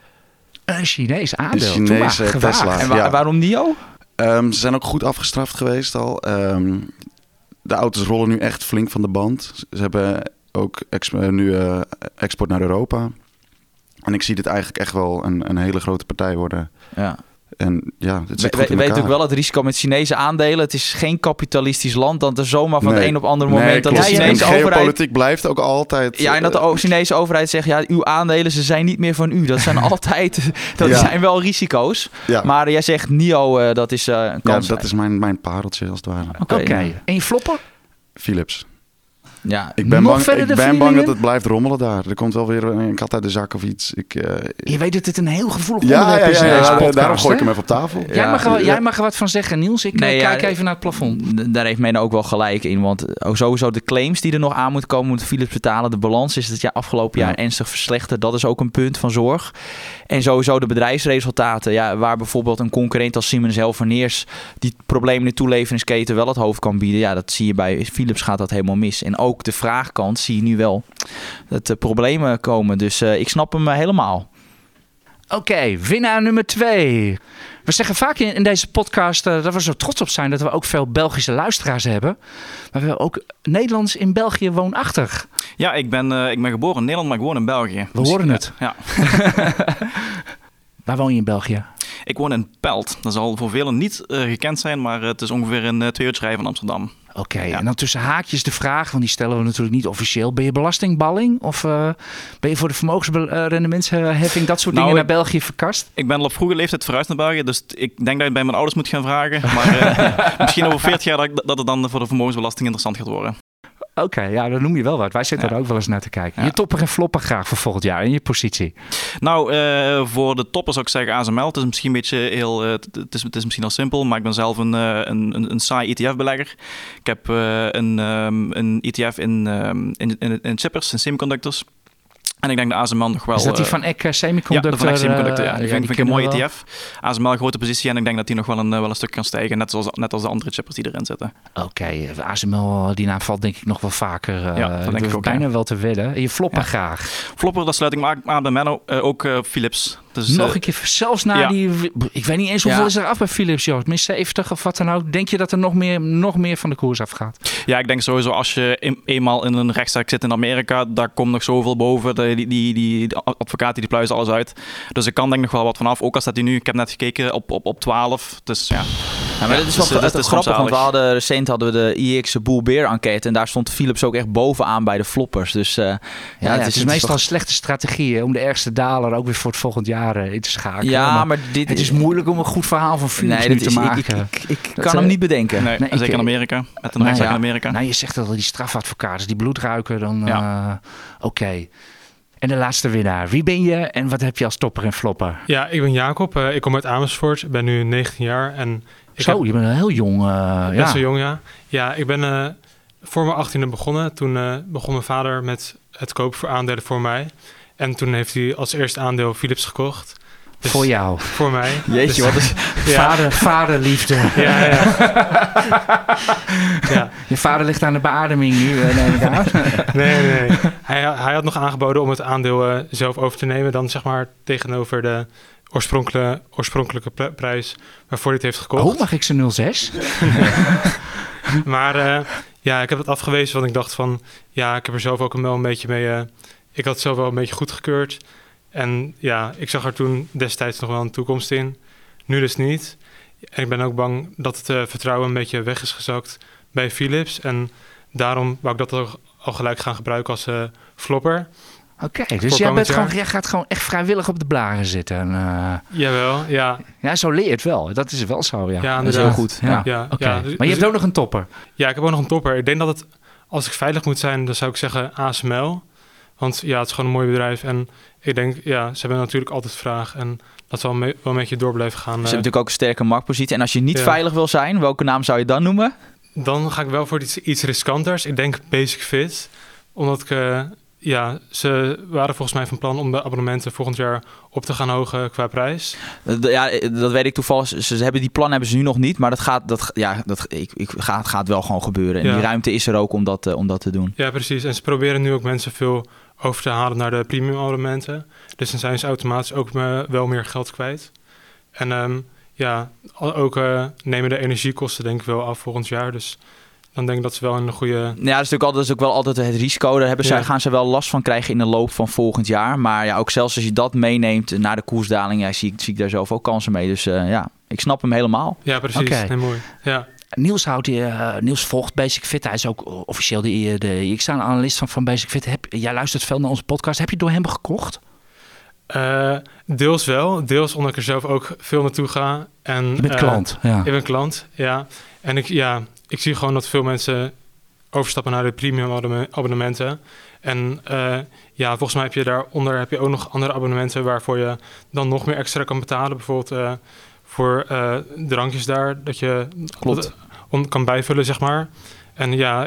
Een Chinees aandeel? Een Chinese uh, Tesla. En wa- ja. waarom N I O? Um, ze zijn ook goed afgestraft geweest al. Um, de auto's rollen nu echt flink van de band. Ze hebben ook ex- nu uh, export naar Europa. En ik zie dit eigenlijk echt wel een, een hele grote partij worden. Ja. En ja, het zit we, goed we, in weet natuurlijk wel het risico met Chinese aandelen. Het is geen kapitalistisch land. Dat er zomaar van nee. het een op het andere moment... Nee, dat de Chinese en overheid... geopolitiek blijft ook altijd... Ja, en dat de Chinese overheid zegt... ja, uw aandelen, ze zijn niet meer van u. Dat zijn altijd... dat ja. zijn wel risico's. Ja. Maar uh, jij zegt N I O, uh, dat is uh, een kans. Ja, dat is mijn, mijn pareltje als het ware. Oké. Okay. Okay. En je flopper? Philips. Ja, ik ben, bang, ik ben bang dat het blijft rommelen daar. Er komt wel weer een kat uit de zak of iets. Ik, uh, je weet dat dit een heel gevoelig ja, onderwerp ja, is. Ja, ja, ja, podcast, daarom gooi ik hè? hem even op tafel. Jij, ja. mag er, jij mag er wat van zeggen, Niels. Ik nee, kijk ja, even naar het plafond. Daar heeft men ook wel gelijk in. Want sowieso de claims die er nog aan moeten komen... moet Philips betalen. De balans is het ja, afgelopen jaar ja. ernstig verslechterd. Dat is ook een punt van zorg. En sowieso de bedrijfsresultaten. Ja, waar bijvoorbeeld een concurrent als Siemens Healthineers... die problemen in de toeleveringsketen wel het hoofd kan bieden. Ja, dat zie je bij Philips gaat dat helemaal mis. En ook de vraagkant zie je nu wel dat er problemen komen. Dus uh, ik snap hem uh, helemaal. Oké, okay, winnaar nummer twee. We zeggen vaak in, in deze podcast uh, dat we zo trots op zijn... dat we ook veel Belgische luisteraars hebben. Maar we hebben ook Nederlands in België woonachtig. Ja, ik ben, uh, ik ben geboren in Nederland, maar ik woon in België. We horen dus, het. Ja. Waar woon je in België? Ik woon in Pelt. Dat zal voor velen niet uh, gekend zijn... maar uh, het is ongeveer een uh, twee uur rijden van Amsterdam. Oké, okay, ja. En dan tussen haakjes de vraag, want die stellen we natuurlijk niet officieel. Ben je belastingballing of uh, ben je voor de vermogensrendementsheffing dat soort nou, dingen naar België verkast? Ik ben al op vroege leeftijd verhuisd naar België, dus ik denk dat ik bij mijn ouders moet gaan vragen. Maar uh, misschien over veertig jaar dat, dat het dan voor de vermogensbelasting interessant gaat worden. Oké, okay, ja, dan noem je wel wat. Wij zitten ja. er ook wel eens naar te kijken. Ja. Je topper en flopper graag voor volgend jaar in je positie. Nou, uh, voor de topper zou ik zeggen A S M L. Het is misschien een beetje heel, uh, het, is, het is misschien al simpel, maar ik ben zelf een, uh, een, een, een saai E T F-belegger. Ik heb uh, een, um, een E T F in, um, in, in, in chippers, in semiconductors. En ik denk de A S M L nog wel... Is dat die van Eck Semiconductor? Ja, van Eck Semiconductor, ja. Die uh, vind, ja, vind ik een mooie E T F. A S M L, grote positie en ik denk dat die nog wel een, wel een stuk kan stijgen. Net zoals, net als de andere chippers die erin zitten. Oké, okay, A S M L, die naam valt denk ik nog wel vaker. Uh, ja, dat denk ik ook. Bijna ja. wel te wedden. En je flopper ja. graag. Flopper, dat sluit ik me aan bij Menno. Uh, ook uh, Philips. Dus, nog uh, een keer, zelfs na ja. die... Ik weet niet eens hoeveel ja. is er af bij Philips, joh. Min zeventig of wat dan ook. Denk je dat er nog meer, nog meer van de koers afgaat? Ja, ik denk sowieso als je in, eenmaal in een rechtszaak zit in Amerika, daar komt nog zoveel boven. Die, die, die, die advocaten die pluizen alles uit. Dus ik kan denk nog wel wat vanaf. Ook al staat hij nu, ik heb net gekeken, op, op, op twaalf. Dus ja... Ja, maar ja, dat is wel dus, het, het, het grappig, want we hadden recent hadden we de I X Bull Bear enquête en daar stond Philips ook echt bovenaan bij de floppers. Dus uh, ja, ja, het, het is, is meestal toch... een slechte strategie hè, om de ergste daler ook weer voor het volgend jaar uh, in te schakelen. Ja, maar, maar dit het is moeilijk om een goed verhaal van Philips nee, nu te is, maken. Ik, ik, ik, ik kan hem niet bedenken. Nee, nee, zeker ik, in Amerika. Met een rechtszaak nou ja, in Amerika. Nou, je zegt dat die strafadvocaten die bloed ruiken, dan ja. uh, oké. Okay. En de laatste winnaar. Wie ben je en wat heb je als topper en flopper? Ja, ik ben Jacob. Uh, ik kom uit Amersfoort. Ik ben nu negentien jaar. En ik Zo, heb... je bent heel jong. Uh, Best ja. wel jong, ja. Ja, ik ben uh, voor mijn achttiende begonnen. Toen uh, begon mijn vader met het kopen voor aandelen voor mij. En toen heeft hij als eerste aandeel Philips gekocht. Dus voor jou. Voor mij. Jeetje, Dus- wat is... Ja. Vader, vaderliefde. Ja, ja. ja. Je vader ligt aan de beademing nu, eh, neem ik aan. Nee, nee, nee. Hij, hij had nog aangeboden om het aandeel eh, zelf over te nemen. Dan zeg maar tegenover de oorspronkelijke, oorspronkelijke pr- prijs waarvoor hij het heeft gekocht. Oh, mag ik ze nul zes? Maar uh, ja, ik heb het afgewezen, want ik dacht van... Ja, ik heb er zelf ook wel een beetje mee... Uh, ik had het zelf wel een beetje goedgekeurd. En ja, ik zag er toen destijds nog wel een toekomst in. Nu dus niet. En ik ben ook bang dat het uh, vertrouwen een beetje weg is gezakt bij Philips. En daarom wou ik dat ook al gelijk gaan gebruiken als uh, flopper. Oké, okay, dus jij, bent gewoon, jij gaat gewoon echt vrijwillig op de blaren zitten. En, uh... Jawel, ja. Ja, zo leer je het wel. Dat is wel zo, ja. Ja, dat is heel goed. Ja. Ja. Ja, okay. ja, dus, maar je hebt ook nog een topper. Ja, ik heb ook nog een topper. Ik denk dat het, als ik veilig moet zijn, dan zou ik zeggen A S M L. Want ja, het is gewoon een mooi bedrijf. En ik denk, ja, ze hebben natuurlijk altijd vraag. En dat zal me, wel een beetje door blijven gaan. Ze hebben natuurlijk ook een sterke marktpositie. En als je niet ja. veilig wil zijn, welke naam zou je dan noemen? Dan ga ik wel voor iets, iets riskanters. Ik denk Basic Fit. Omdat ik... Uh, Ja, ze waren volgens mij van plan om de abonnementen volgend jaar op te gaan hogen qua prijs. Ja, dat weet ik toevallig. Ze hebben die plan hebben ze nu nog niet, maar dat gaat, dat, ja, dat ik, ik, gaat, gaat wel gewoon gebeuren. En ja. die ruimte is er ook om dat, uh, om dat te doen. Ja, precies. En ze proberen nu ook mensen veel over te halen naar de premium abonnementen. Dus dan zijn ze automatisch ook me, wel meer geld kwijt. En um, ja, ook uh, nemen de energiekosten denk ik wel af volgend jaar. Dus dan denk ik dat ze wel een goede... Ja, dat is natuurlijk altijd, dat is ook wel altijd het risico. Daar hebben ze, ja. gaan ze wel last van krijgen in de loop van volgend jaar. Maar ja, ook zelfs als je dat meeneemt naar de koersdaling, ja, zie, zie ik daar zelf ook kansen mee. Dus uh, ja, ik snap hem helemaal. Ja, precies. Okay. Nee, mooi. Ja. Niels, houdt, uh, Niels volgt Basic Fit. Hij is ook officieel de, de ik sta een analist van, van Basic Fit. Heb, jij luistert veel naar onze podcast. Heb je door hem gekocht? Uh, deels wel. Deels omdat ik er zelf ook veel naartoe ga. En, je bent uh, klant. Ja. Ik ben klant, ja. En ik, ja, ik zie gewoon dat veel mensen overstappen naar de premium abonnementen. En uh, ja, volgens mij heb je daaronder heb je ook nog andere abonnementen waarvoor je dan nog meer extra kan betalen. Bijvoorbeeld uh, voor uh, drankjes daar, dat je Klopt. On, kan bijvullen, zeg maar. En ja,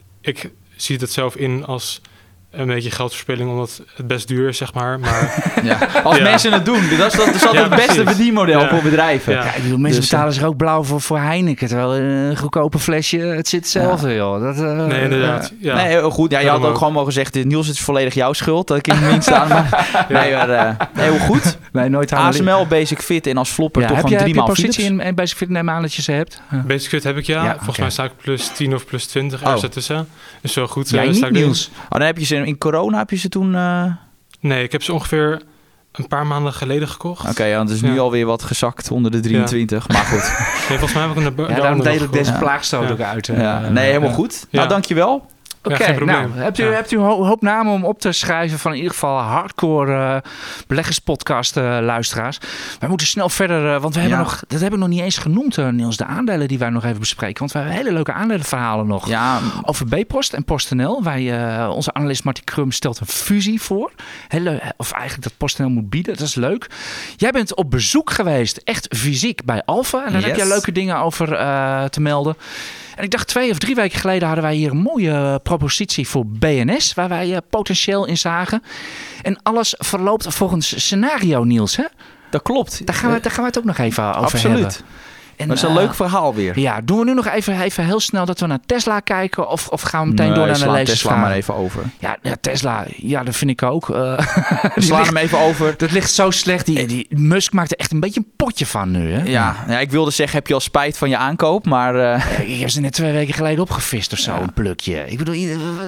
ik zie het zelf in als een beetje geldverspilling, omdat het best duur is, zeg maar. maar ja. Als ja. mensen het doen, dat is, dat is altijd ja, het beste verdienmodel ja. voor bedrijven. Ja. Ja, ik bedoel, mensen dus, betalen zich ook blauw voor, voor Heineken, terwijl een goedkope flesje, het zit hetzelfde, ja. joh. Dat, uh, nee, inderdaad. Ja. Nee, heel goed. Ja, je had ook gewoon mogen zeggen, Niels, het is volledig jouw schuld dat ik in de min sta. Maar, ja. Nee, maar uh, heel goed. Nee, nooit A S M L, Basic Fit en als flopper ja, toch gewoon drie maal Philips. Heb je positie in, in Basic Fit, neem aan dat je ze hebt? Uh. Basic Fit heb ik, ja. ja Volgens okay. mij sta ik plus tien of plus twintig ergens oh. ertussen. Dus zo goed. Jij uh, niet, Niels? Oh, dan heb je ze in corona heb je ze toen... Uh... Nee, ik heb ze ongeveer een paar maanden geleden gekocht. Oké, okay, ja, het is nu ja. alweer wat gezakt onder de drieëntwintig, ja. maar goed. Nee, volgens mij heb ik een... De, ja, daarom deel ik deze ja. plaagstoot ja. ook uit. Uh, ja. Nee, helemaal goed. Ja. Nou, dankjewel. Oké, okay, ja, nou, hebt u, ja. hebt u een hoop namen om op te schrijven van in ieder geval hardcore uh, beleggerspodcast uh, luisteraars. Wij moeten snel verder, uh, want we hebben ja. nog, dat heb ik nog niet eens genoemd, uh, Niels, de aandelen die wij nog even bespreken. Want we hebben hele leuke aandelenverhalen nog. Ja. Over B-Post en PostNL. Wij, uh, onze analist Martin Krum stelt een fusie voor. Hele, of eigenlijk dat PostNL moet bieden, dat is leuk. Jij bent op bezoek geweest, echt fysiek bij Alfa. En daar yes. heb je leuke dingen over uh, te melden. En ik dacht twee of drie weken geleden hadden wij hier een mooie propositie voor B N S. Waar wij uh, potentieel in zagen. En alles verloopt volgens scenario, Niels. Hè? Dat klopt. Daar gaan, we, daar gaan we het ook nog even over Absoluut. hebben. En, dat is een uh, leuk verhaal weer. Ja, doen we nu nog even, even heel snel dat we naar Tesla kijken? Of, of gaan we meteen nee, door naar de lezers? Tesla maar even over. Ja, ja, Tesla, ja, dat vind ik ook. Uh, we slaan ligt, hem even over. Dat ligt zo slecht. Die, die Musk maakt er echt een beetje een potje van nu. Hè? Ja, ja, ik wilde zeggen, heb je al spijt van je aankoop? Maar uh... ja, ik heb ze net twee weken geleden opgevist of zo, ja. een plukje. Ik bedoel...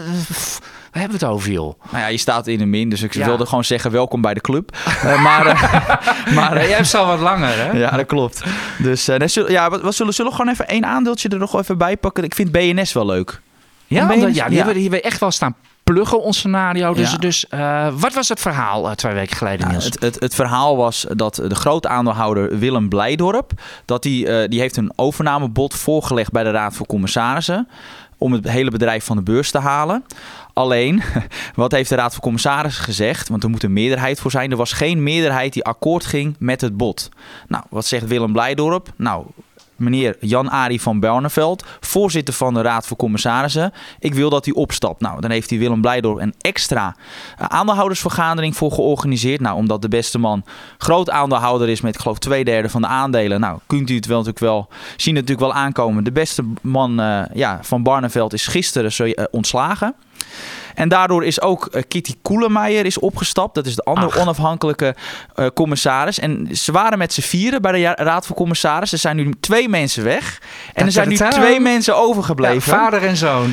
Waar hebben we het over, joh? Nou ja, je staat in de min, dus ik ja. wilde gewoon zeggen welkom bij de club. Uh, maar uh, maar uh, jij hebt al wat langer, hè? Ja, dat klopt. Dus uh, zullen, ja, wat, wat zullen, zullen we gewoon even één aandeeltje er nog even bij pakken? Ik vind B N S wel leuk. Ja, B N S, omdat, ja die ja. hebben hier echt wel staan pluggen, ons scenario. Dus, ja. dus uh, wat was het verhaal uh, twee weken geleden, Niels? Ja, het, het, het verhaal was dat de groot aandeelhouder Willem Blijdorp, dat die, uh, die heeft een overnamebod voorgelegd bij de Raad van Commissarissen om het hele bedrijf van de beurs te halen. Alleen, wat heeft de Raad van Commissarissen gezegd? Want er moet een meerderheid voor zijn. Er was geen meerderheid die akkoord ging met het bod. Nou, wat zegt Willem Blijdorp? Nou, meneer Jan-Arie van Barneveld, voorzitter van de Raad van Commissarissen. Ik wil dat hij opstapt. Nou, dan heeft hij Willem Blijdorp een extra uh, aandeelhoudersvergadering voor georganiseerd. Nou, omdat de beste man groot aandeelhouder is met, ik geloof, twee derde van de aandelen. Nou, kunt u het wel natuurlijk wel zien, natuurlijk wel aankomen. De beste man uh, ja, van Barneveld is gisteren zo, uh, ontslagen. En daardoor is ook uh, Kitty Koelemeijer is opgestapt. Dat is de andere Ach. onafhankelijke uh, commissaris. En ze waren met z'n vieren bij de ja- Raad van Commissarissen. Er zijn nu twee mensen weg. En dat er zijn nu twee aan. mensen overgebleven. Ja, vader en zoon.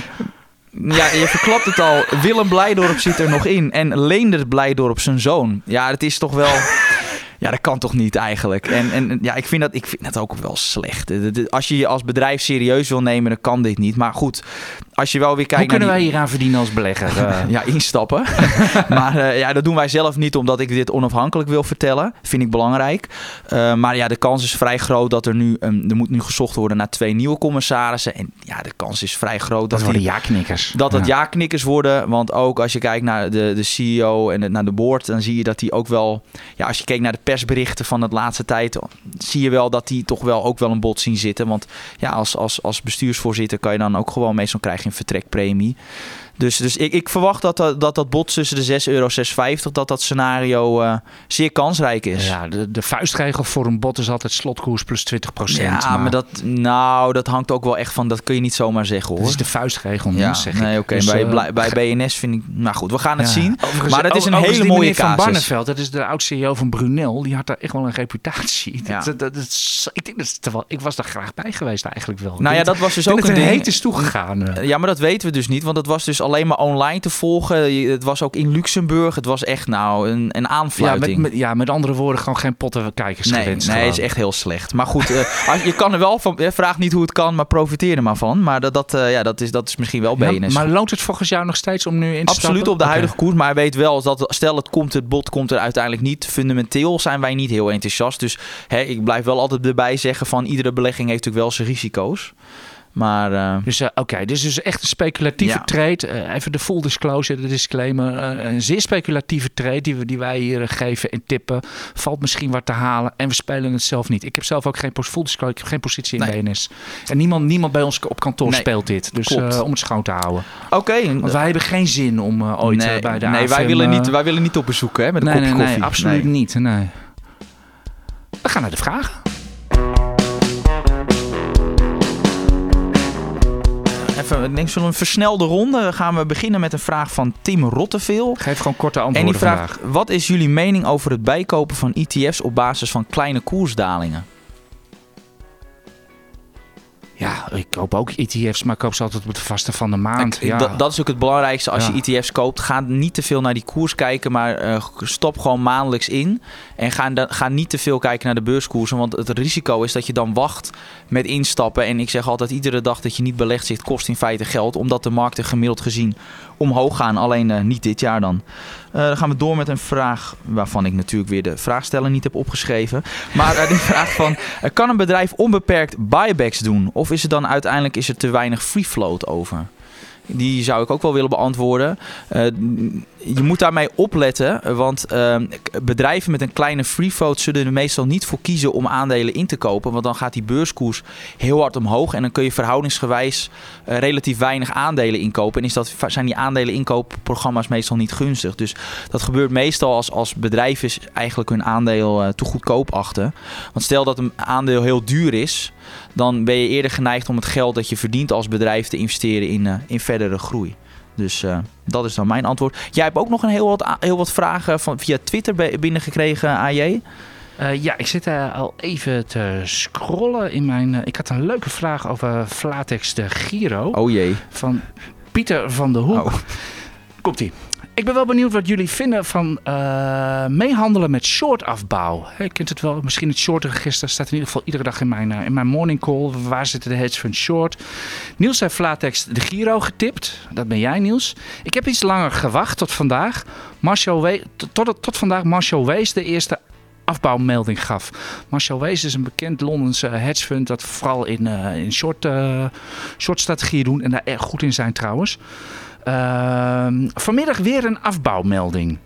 Ja, je verklapt het al. Willem Blijdorp zit er nog in. En Leendert Blijdorp, zijn zoon. Ja, het is toch wel... Ja, dat kan toch niet eigenlijk. En, en ja, ik vind, dat, ik vind dat ook wel slecht. Als je je als bedrijf serieus wil nemen, dan kan dit niet. Maar goed, als je wel weer kijkt... Hoe kunnen naar die... wij hier aan verdienen als belegger? Uh... ja, instappen. maar uh, ja, dat doen wij zelf niet omdat ik dit onafhankelijk wil vertellen. Vind ik belangrijk. Uh, maar ja, de kans is vrij groot dat er nu... Um, er moet nu gezocht worden naar twee nieuwe commissarissen. En ja, de kans is vrij groot dat... Dat worden die, ja-knikkers. Dat het ja. ja-knikkers worden. Want ook als je kijkt naar de, de C E O en de, naar de board... dan zie je dat die ook wel... Ja, als je kijkt naar de persberichten van de laatste tijd... zie je wel dat die toch wel ook wel een bod zien zitten. Want ja, als, als, als bestuursvoorzitter kan je dan ook gewoon meestal krijgen een vertrekpremie. Dus, dus ik, ik verwacht dat dat, dat dat bod tussen de zes euro en zes vijftig... dat dat scenario uh, zeer kansrijk is. Ja, de, de vuistregel voor een bod is altijd slotkoers plus twintig procent. Ja, maar, maar dat, nou, dat hangt ook wel echt van... dat kun je niet zomaar zeggen, hoor. Dat is de vuistregel, ja, zeg ik. Nee, oké. Okay. Dus, bij, uh, bij B N S vind ik... Nou goed, we gaan het ja. zien. Overigens, maar dat is een hele mooie casus. Van Barneveld, dat is de oud-C E O van Brunel... die had daar echt wel een reputatie. Ja. Dat, dat, dat, ik, denk dat het wel, ik was daar graag bij geweest eigenlijk wel. Nou ja, dat was dus ook een ding. Het heet is toegegaan. Uh. Ja, maar dat weten we dus niet. Want het was dus alleen maar online te volgen. Het was ook in Luxemburg. Het was echt nou een, een aanfluiting. Ja met, met, ja, met andere woorden, gewoon geen potten kijkers nee, gewenst. Nee, het is echt heel slecht. Maar goed, uh, als, je kan er wel van... Vraag niet hoe het kan, maar profiteer er maar van. Maar dat, dat, uh, ja, dat, is, dat is misschien wel B N S. Ja, maar loont het volgens jou nog steeds om nu in te Absoluut stappen? op de huidige okay. koers. Maar hij weet wel, dat stel het, komt, het bod komt er uiteindelijk niet. Fundamenteel zijn wij niet heel enthousiast. Dus hè, ik blijf wel altijd erbij zeggen van... iedere belegging heeft natuurlijk wel zijn risico's. Maar, uh, dus uh, oké, okay, dit is dus echt een speculatieve ja. trade. Uh, even de full disclosure, de disclaimer. Uh, een zeer speculatieve trade die, we, die wij hier uh, geven en tippen. Valt misschien wat te halen en we spelen het zelf niet. Ik heb zelf ook geen full disclosure, ik heb geen positie in nee. B N S. En niemand, niemand bij ons op kantoor nee. speelt dit. Dus uh, om het schoon te houden. Oké. Okay. Want wij hebben geen zin om uh, ooit nee, uh, bij de Nee, A F M, wij, willen uh, niet, wij willen niet op bezoek hè, met een nee, kopje nee, koffie. Nee, absoluut nee. niet. Nee. We gaan naar de vragen. Even, ik denk, zullen we een versnelde ronde? Dan gaan we beginnen met een vraag van Tim Rotteveel. Geef gewoon korte antwoorden. En die vraagt, vandaag. Wat is jullie mening over het bijkopen van E T F's op basis van kleine koersdalingen? Ja, ik koop ook E T F's, maar ik koop ze altijd op het vaste van de maand. Ik, ja. dat, dat is ook het belangrijkste als ja. je E T F's koopt. Ga niet te veel naar die koers kijken, maar uh, stop gewoon maandelijks in. En ga, ga niet te veel kijken naar de beurskoersen, want het risico is dat je dan wacht met instappen. En ik zeg altijd, iedere dag dat je niet belegt zit, kost in feite geld. Omdat de markten gemiddeld gezien omhoog gaan. Alleen uh, niet dit jaar dan. Uh, dan gaan we door met een vraag waarvan ik natuurlijk weer de vraagsteller niet heb opgeschreven. Maar uh, die vraag van, uh, kan een bedrijf onbeperkt buybacks doen? Of is er dan uiteindelijk is er te weinig free float over? Die zou ik ook wel willen beantwoorden. Uh, je moet daarmee opletten, want uh, bedrijven met een kleine free float zullen er meestal niet voor kiezen om aandelen in te kopen. Want dan gaat die beurskoers heel hard omhoog en dan kun je verhoudingsgewijs uh, relatief weinig aandelen inkopen. En is dat, zijn die aandelen inkoopprogramma's meestal niet gunstig. Dus dat gebeurt meestal als, als bedrijven eigenlijk hun aandeel uh, te goedkoop achten. Want stel dat een aandeel heel duur is, dan ben je eerder geneigd om het geld dat je verdient als bedrijf te investeren in, uh, in verdere groei. Dus uh, dat is dan mijn antwoord. Jij hebt ook nog een heel wat, heel wat vragen van, via Twitter binnengekregen, A J. Uh, ja, ik zit uh, al even te scrollen in mijn... Uh, ik had een leuke vraag over Flatex de Giro. Oh jee. Van Pieter van der Hoek. Oh. Komt-ie. Ik ben wel benieuwd wat jullie vinden van uh, meehandelen met shortafbouw. Je kent het wel, misschien het shortregister staat in ieder geval iedere dag in mijn, uh, in mijn morning call. Waar zitten de hedge funds short? Niels heeft Flatex de Giro getipt. Dat ben jij, Niels. Ik heb iets langer gewacht tot vandaag. Marshall We- tot, tot vandaag Marshall Wace de eerste afbouwmelding gaf. Marshall Wace is een bekend Londense hedge fund dat vooral in, uh, in short, uh, short strategieën doen en daar erg goed in zijn trouwens. Uh, vanmiddag weer een afbouwmelding.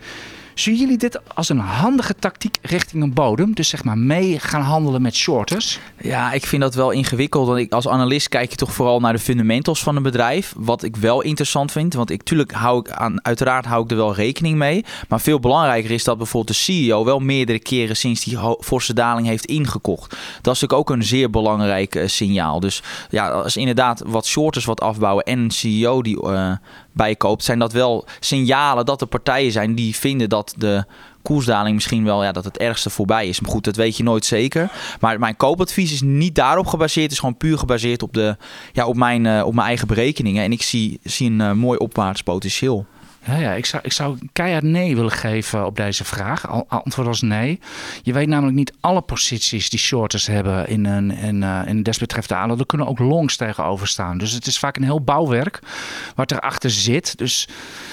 Zien jullie dit als een handige tactiek richting een bodem? Dus zeg maar mee gaan handelen met shorters? Ja, ik vind dat wel ingewikkeld. Want ik, als analist kijk je toch vooral naar de fundamentals van een bedrijf. Wat ik wel interessant vind. Want ik, tuurlijk hou ik aan, uiteraard hou ik er wel rekening mee. Maar veel belangrijker is dat bijvoorbeeld de C E O wel meerdere keren sinds die ho- forse daling heeft ingekocht. Dat is natuurlijk ook een zeer belangrijk uh, signaal. Dus ja, als inderdaad wat shorters wat afbouwen en een C E O die uh, bijkoopt, zijn dat wel signalen dat er partijen zijn die vinden dat de koersdaling misschien wel, ja, dat het ergste voorbij is. Maar goed, dat weet je nooit zeker. Maar mijn koopadvies is niet daarop gebaseerd. Het is gewoon puur gebaseerd op, de, ja, op, mijn, uh, op mijn eigen berekeningen. En ik zie, zie een uh, mooi opwaarts potentieel. Ja, ja ik, zou, ik zou keihard nee willen geven op deze vraag. Al, antwoord als nee. Je weet namelijk niet alle posities die shorters hebben in een, in, uh, in desbetreffende aandeel. Er kunnen ook longs tegenover staan. Dus het is vaak een heel bouwwerk wat erachter zit. Dus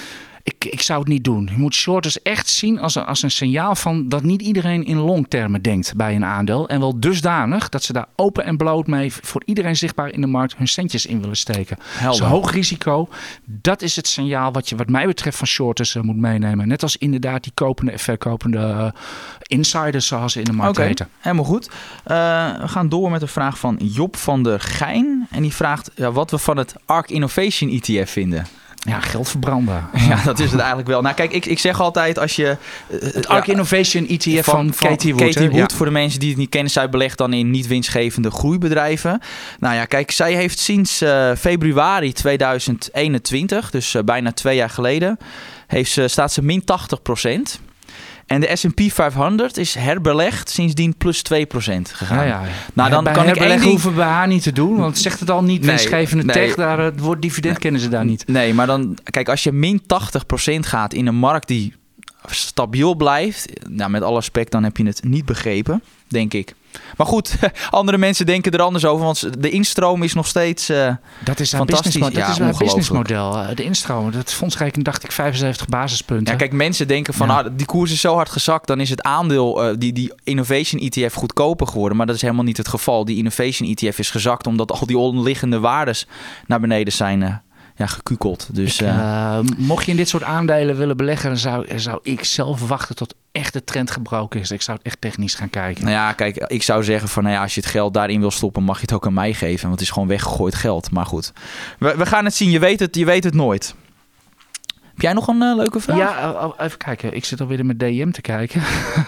Ik, ik zou het niet doen. Je moet shorters echt zien als een, als een signaal van dat niet iedereen in longtermen denkt bij een aandeel. En wel dusdanig dat ze daar open en bloot mee voor iedereen zichtbaar in de markt hun centjes in willen steken. Helder. Dus hoog risico. Dat is het signaal wat je wat mij betreft van shorters uh, moet meenemen. Net als inderdaad die kopende en verkopende uh, insiders zoals ze in de markt Oké, heten. helemaal goed. Uh, we gaan door met een vraag van Job van der Geijn. En die vraagt ja, wat we van het ARK Innovation E T F vinden. Ja, geld verbranden. Ja, dat is het eigenlijk wel. Nou kijk, ik, ik zeg altijd als je... Uh, het ARK ja, Innovation E T F van, van Katie Wood. Katie Wood, ja. Voor de mensen die het niet kennen, zij belegt dan in niet winstgevende groeibedrijven. Nou ja, kijk, zij heeft sinds uh, februari tweeduizend eenentwintig, dus uh, bijna twee jaar geleden, heeft ze, staat ze min tachtig procent. En de S en P vijfhonderd is herbelegd sindsdien plus twee procent gegaan. Ja, ja. Nou, dan bij kan ik één ding... hoeven we bij haar niet te doen, want zegt het al niet nee, winstgevende nee. tech, daar het woord dividend nee. kennen ze daar niet. Nee, maar dan, kijk, als je min tachtig procent gaat in een markt die stabiel blijft, nou, met alle respect, dan heb je het niet begrepen, denk ik. Maar goed, andere mensen denken er anders over, want de instroom is nog steeds uh, dat is een fantastisch. Business, dat ja, is een businessmodel. De instroom, dat fondsrekening dacht ik vijfenzeventig basispunten. Ja, kijk, mensen denken van, ja. ah, die koers is zo hard gezakt, dan is het aandeel, uh, die, die Innovation E T F goedkoper geworden. Maar dat is helemaal niet het geval. Die Innovation E T F is gezakt omdat al die onderliggende waardes naar beneden zijn uh, ja, gekukeld. Dus, ik, uh, uh, mocht je in dit soort aandelen willen beleggen, dan zou, zou ik zelf wachten tot echt de trend gebroken is. Ik zou het echt technisch gaan kijken. Nou ja, kijk, ik zou zeggen van, nou ja, als je het geld daarin wil stoppen, mag je het ook aan mij geven. Want het is gewoon weggegooid geld. Maar goed, we, we gaan het zien. Je weet het, je weet het nooit. Heb jij nog een uh, leuke vraag? Ja, even kijken. Ik zit alweer met D M te kijken.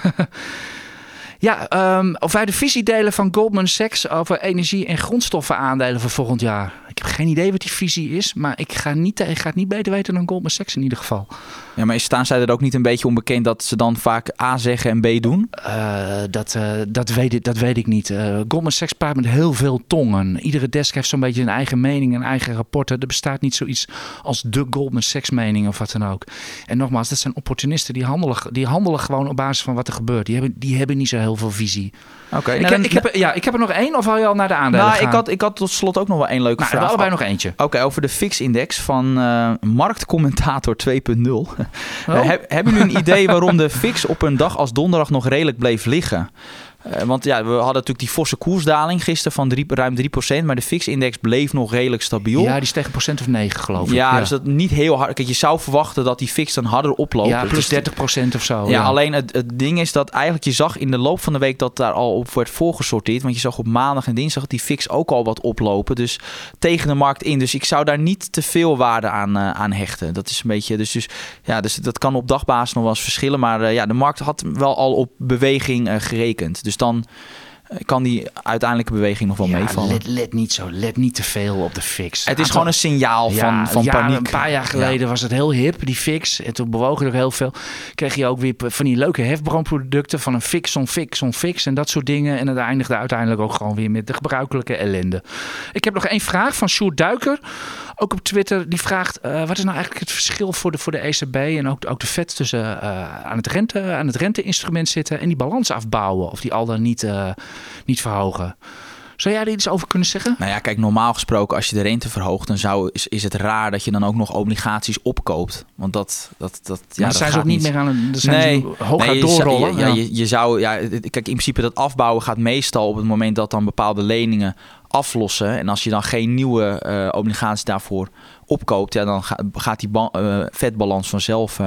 Ja, um, of wij de visie delen van Goldman Sachs over energie- en grondstoffen aandelen voor volgend jaar. Ik heb geen idee wat die visie is, maar ik ga, niet, ik ga het niet beter weten dan Goldman Sachs in ieder geval. Ja, maar staan zij er ook niet een beetje onbekend dat ze dan vaak A zeggen en B doen? Uh, dat, uh, dat, weet ik, dat weet ik niet. Uh, Goldman Sachs praat met heel veel tongen. Iedere desk heeft zo'n beetje een eigen mening, een eigen rapporten. Er bestaat niet zoiets als de Goldman Sachs mening of wat dan ook. En nogmaals, dat zijn opportunisten die handelen, die handelen gewoon op basis van wat er gebeurt. Die hebben, die hebben niet zo heel veel visie. Oké. Okay, ik, nou, heb, ik, heb, ja, ik heb er nog één, of wil je al naar de aandelen nou, gaan? Ik had, ik had tot slot ook nog wel één leuke nou, vraag. We allebei nog eentje. Oké, okay, over de F I X-index van uh, Marktcommentator twee punt nul. Oh. Uh, heb, hebben jullie een idee waarom de F I X op een dag als donderdag nog redelijk bleef liggen? Uh, want ja, we hadden natuurlijk die forse koersdaling gisteren van drie, ruim drie procent. Maar de F I X-index bleef nog redelijk stabiel. Ja, die steeg een procent of negen geloof ik. Ja, ja, dus dat niet heel hard. Kijk, je zou verwachten dat die F I X dan harder oploopt. Ja, plus dertig procent of zo. Ja, ja. Alleen het, het ding is dat eigenlijk je zag in de loop van de week dat daar al op werd voorgesorteerd. Want je zag op maandag en dinsdag die F I X ook al wat oplopen. Dus tegen de markt in. Dus ik zou daar niet te veel waarde aan, uh, aan hechten. Dat is een beetje... Dus, dus, ja, dus dat kan op dagbasis nog wel eens verschillen. Maar uh, ja, de markt had wel al op beweging uh, gerekend. Dus dan... kan die uiteindelijke beweging nog wel ja, meevallen. Let, let niet zo, let niet te veel op de F I X. Het is gewoon een signaal van, ja, van ja, paniek. Een paar jaar geleden ja. was het heel hip, die F I X. En toen bewogen er heel veel. Kreeg je ook weer van die leuke hefboomproducten van een F I X, on F I X, on F I X en dat soort dingen. En het eindigde uiteindelijk ook gewoon weer met de gebruikelijke ellende. Ik heb nog één vraag van Sjoerd Duiker. Ook op Twitter. Die vraagt, uh, wat is nou eigenlijk het verschil voor de, voor de E C B en ook, ook de Fed tussen uh, aan het rente, aan het renteinstrument zitten en die balans afbouwen? Of die al dan niet, uh, niet verhogen? Zou jij er iets over kunnen zeggen? Nou ja, kijk, normaal gesproken als je de rente verhoogt, dan zou, is, is het raar dat je dan ook nog obligaties opkoopt. Want dat, dat, dat, ja, maar dat zijn ze ook niet meer aan een zijn nee, ze hoog nee, doorrollen. Je, ja, ja. Je, je zou, ja, kijk, in principe dat afbouwen gaat meestal op het moment dat dan bepaalde leningen aflossen. En als je dan geen nieuwe uh, obligaties daarvoor opkoopt, ja, dan ga, gaat die ba- uh, vetbalans vanzelf uh,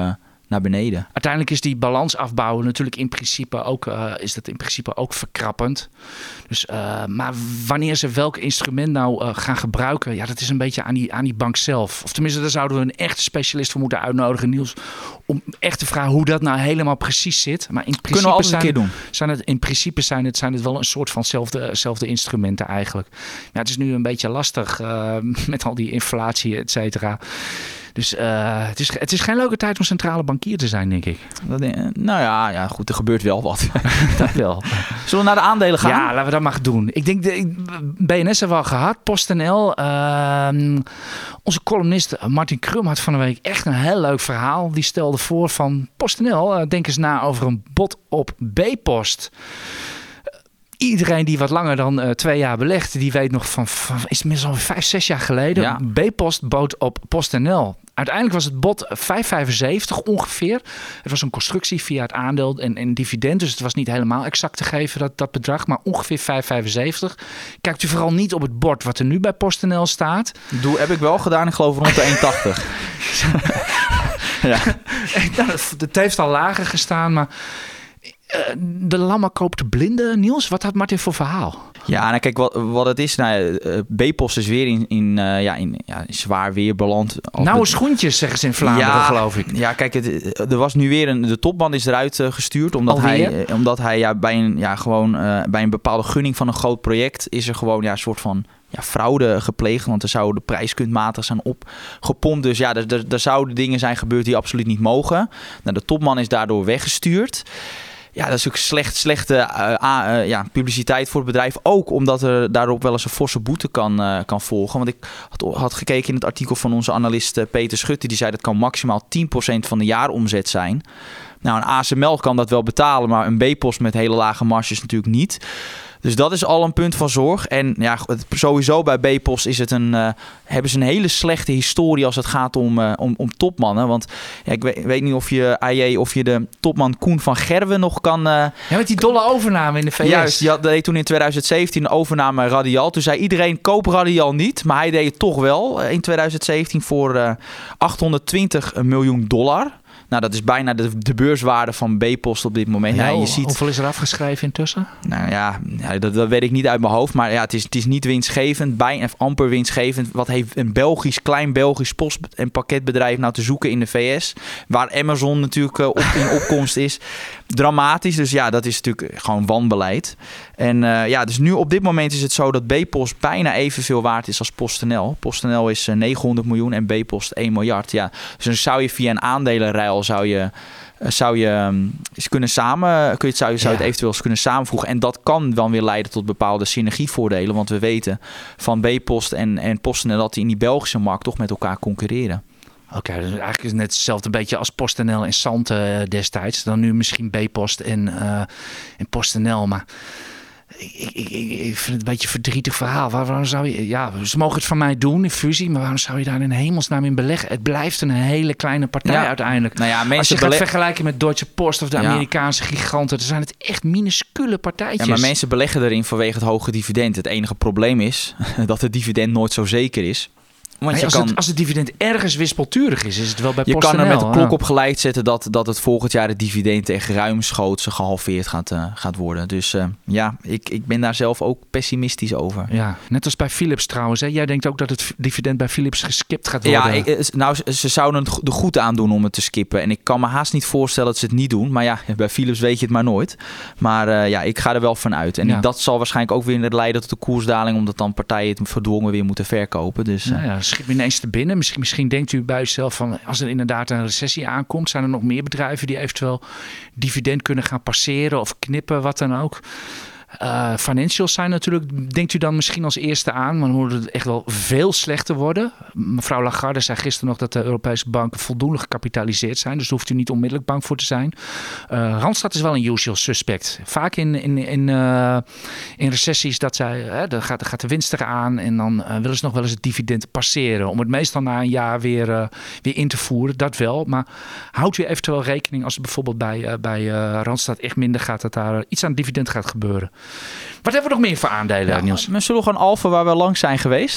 naar beneden. Uiteindelijk is die balans afbouwen natuurlijk in principe ook, uh, is dat in principe ook verkrappend. Dus, uh, maar wanneer ze welk instrument nou uh, gaan gebruiken, ja, dat is een beetje aan die, aan die bank zelf. Of tenminste, daar zouden we een echte specialist voor moeten uitnodigen, Niels, om echt te vragen hoe dat nou helemaal precies zit. Maar in Kunnen we altijd zijn, een keer doen. Zijn het, in principe zijn het, zijn het wel een soort van zelfde, zelfde instrumenten eigenlijk. Ja, het is nu een beetje lastig uh, met al die inflatie, et cetera. Dus uh, het, is, het is geen leuke tijd om centrale bankier te zijn, denk ik. Dat, nou ja, ja, goed, er gebeurt wel wat. Dat wel. Zullen we naar de aandelen gaan? Ja, laten we dat maar doen. Ik denk, de, B N S hebben we al gehad. PostNL. Uh, onze columnist Martin Krum had van de week echt een heel leuk verhaal. Die stelde voor van PostNL. Uh, denk eens na over een bod op B-Post. Iedereen die wat langer dan uh, twee jaar belegt, die weet nog van, van is het minstens al vijf, zes jaar geleden. Ja. B-Post bood op PostNL. Uiteindelijk was het bod vijf komma vijfenzeventig ongeveer. Het was een constructie via het aandeel en, en dividend. Dus het was niet helemaal exact te geven, dat, dat bedrag. Maar ongeveer vijf komma vijfenzeventig. Kijkt u vooral niet op het bord wat er nu bij PostNL staat. Doe, heb ik wel gedaan, ik geloof rond de één tachtig. Ja. Het heeft al lager gestaan, maar uh, de lammer koopt de blinde. Niels, wat had Martin voor verhaal? Ja, nou kijk, wat, wat het is, nou, B-Post is weer in, in, uh, ja, in ja, zwaar weer beland. Nauwe het... schoentjes, zeggen ze in Vlaanderen, ja, geloof ik. Ja, kijk, het, er was nu weer een, de topman is eruit uh, gestuurd, omdat Alweer? hij, uh, omdat hij ja, bij, een, ja, gewoon, uh, bij een bepaalde gunning van een groot project is er gewoon ja, een soort van ja, fraude gepleegd, want er zouden de prijskunstmatig zijn opgepompt. Dus ja, er, er, er zouden dingen zijn gebeurd die absoluut niet mogen. Nou, de topman is daardoor weggestuurd. Ja, dat is ook slecht, slechte uh, uh, ja, publiciteit voor het bedrijf. Ook omdat er daarop wel eens een forse boete kan, uh, kan volgen. Want ik had, had gekeken in het artikel van onze analist uh, Peter Schutte. Die zei dat kan maximaal tien procent van de jaaromzet zijn. Nou, een A S M L kan dat wel betalen, maar een B-Post met hele lage marges natuurlijk niet. Dus dat is al een punt van zorg. En ja, sowieso bij B-Post is het een, uh, hebben ze een hele slechte historie als het gaat om, uh, om, om topmannen. Want ja, ik weet, weet niet of je, A J, of je de topman Koen van Gerwen nog kan... Uh, ja, met die dolle overname in de V S. Juist, die had, deed toen in twintig zeventien een overname Radial. Toen zei iedereen, koop Radial niet. Maar hij deed het toch wel in twintig zeventien voor uh, achthonderdtwintig miljoen dollar. Nou, dat is bijna de, de beurswaarde van B-Post op dit moment. Ja, ja, je ziet, hoeveel is er afgeschreven intussen? Nou ja, ja dat, dat weet ik niet uit mijn hoofd. Maar ja, het is, het is niet winstgevend, bijna amper winstgevend. Wat heeft een Belgisch, klein Belgisch post- en pakketbedrijf nou te zoeken in de V S? Waar Amazon natuurlijk uh, op, in opkomst is. Dramatisch, dus ja, dat is natuurlijk gewoon wanbeleid. En uh, ja, dus nu op dit moment is het zo dat B-Post bijna evenveel waard is als PostNL. PostNL is uh, negenhonderd miljoen en B-Post één miljard. Ja, dus dan zou je via een aandelenruil zou je, uh, zou je um, eens kunnen samen, kun je, zou je zou je het eventueel eens kunnen samenvoegen. En dat kan dan weer leiden tot bepaalde synergievoordelen. Want we weten van B-Post en, en PostNL dat die in die Belgische markt toch met elkaar concurreren. Oké, okay, dus eigenlijk is het net hetzelfde beetje als PostNL en Sante uh, destijds. Dan nu misschien B-Post en, uh, en PostNL, maar... Ik, ik, ik vind het een beetje een verdrietig verhaal. Waar, waarom zou je, ja, ze mogen het van mij doen in fusie, maar waarom zou je daar in hemelsnaam in beleggen? Het blijft een hele kleine partij ja. uiteindelijk. Nou ja, mensen Als je bele- gaat vergelijken met Deutsche Post of de ja. Amerikaanse giganten, dan zijn het echt minuscule partijtjes. Ja, maar mensen beleggen erin vanwege het hoge dividend. Het enige probleem is dat het dividend nooit zo zeker is. Want nee, je als, kan, het, als het dividend ergens wispelturig is, is het wel bij je PostNL. Je kan er met de klok ja. op gelijk zetten dat, dat het volgend jaar het dividend echt ruimschoots gehalveerd gaat, uh, gaat worden. Dus uh, ja, ik, ik ben daar zelf ook pessimistisch over. Ja, net als bij Philips trouwens. Hè? Jij denkt ook dat het dividend bij Philips geskipt gaat worden. Ja, ik, nou, ze zouden het er goed aan doen om het te skippen. En ik kan me haast niet voorstellen dat ze het niet doen. Maar ja, bij Philips weet je het maar nooit. Maar uh, ja, ik ga er wel van uit. En ja. dat zal waarschijnlijk ook weer leiden tot de koersdaling, omdat dan partijen het verdwongen weer moeten verkopen. Dus, uh, ja, ja, schiet me ineens te binnen. Misschien, misschien denkt u bij uzelf van, als er inderdaad een recessie aankomt, zijn er nog meer bedrijven die eventueel dividend kunnen gaan passeren of knippen, wat dan ook. Uh, financials zijn natuurlijk, denkt u dan misschien als eerste aan, maar dan moet het echt wel veel slechter worden. Mevrouw Lagarde zei gisteren nog dat de Europese banken voldoende gecapitaliseerd zijn, dus daar hoeft u niet onmiddellijk bang voor te zijn. Uh, Randstad is wel een usual suspect. Vaak in, in, in, uh, in recessies dat zij, hè, dan gaat, gaat de winst eraan en dan uh, willen ze nog wel eens het dividend passeren, om het meestal na een jaar weer, uh, weer in te voeren, dat wel. Maar houdt u eventueel rekening als het bijvoorbeeld bij, uh, bij uh, Randstad echt minder gaat, dat daar uh, iets aan het dividend gaat gebeuren. Wat hebben we nog meer voor aandelen, ja, Niels? We zullen gewoon Alphen waar we langs zijn geweest.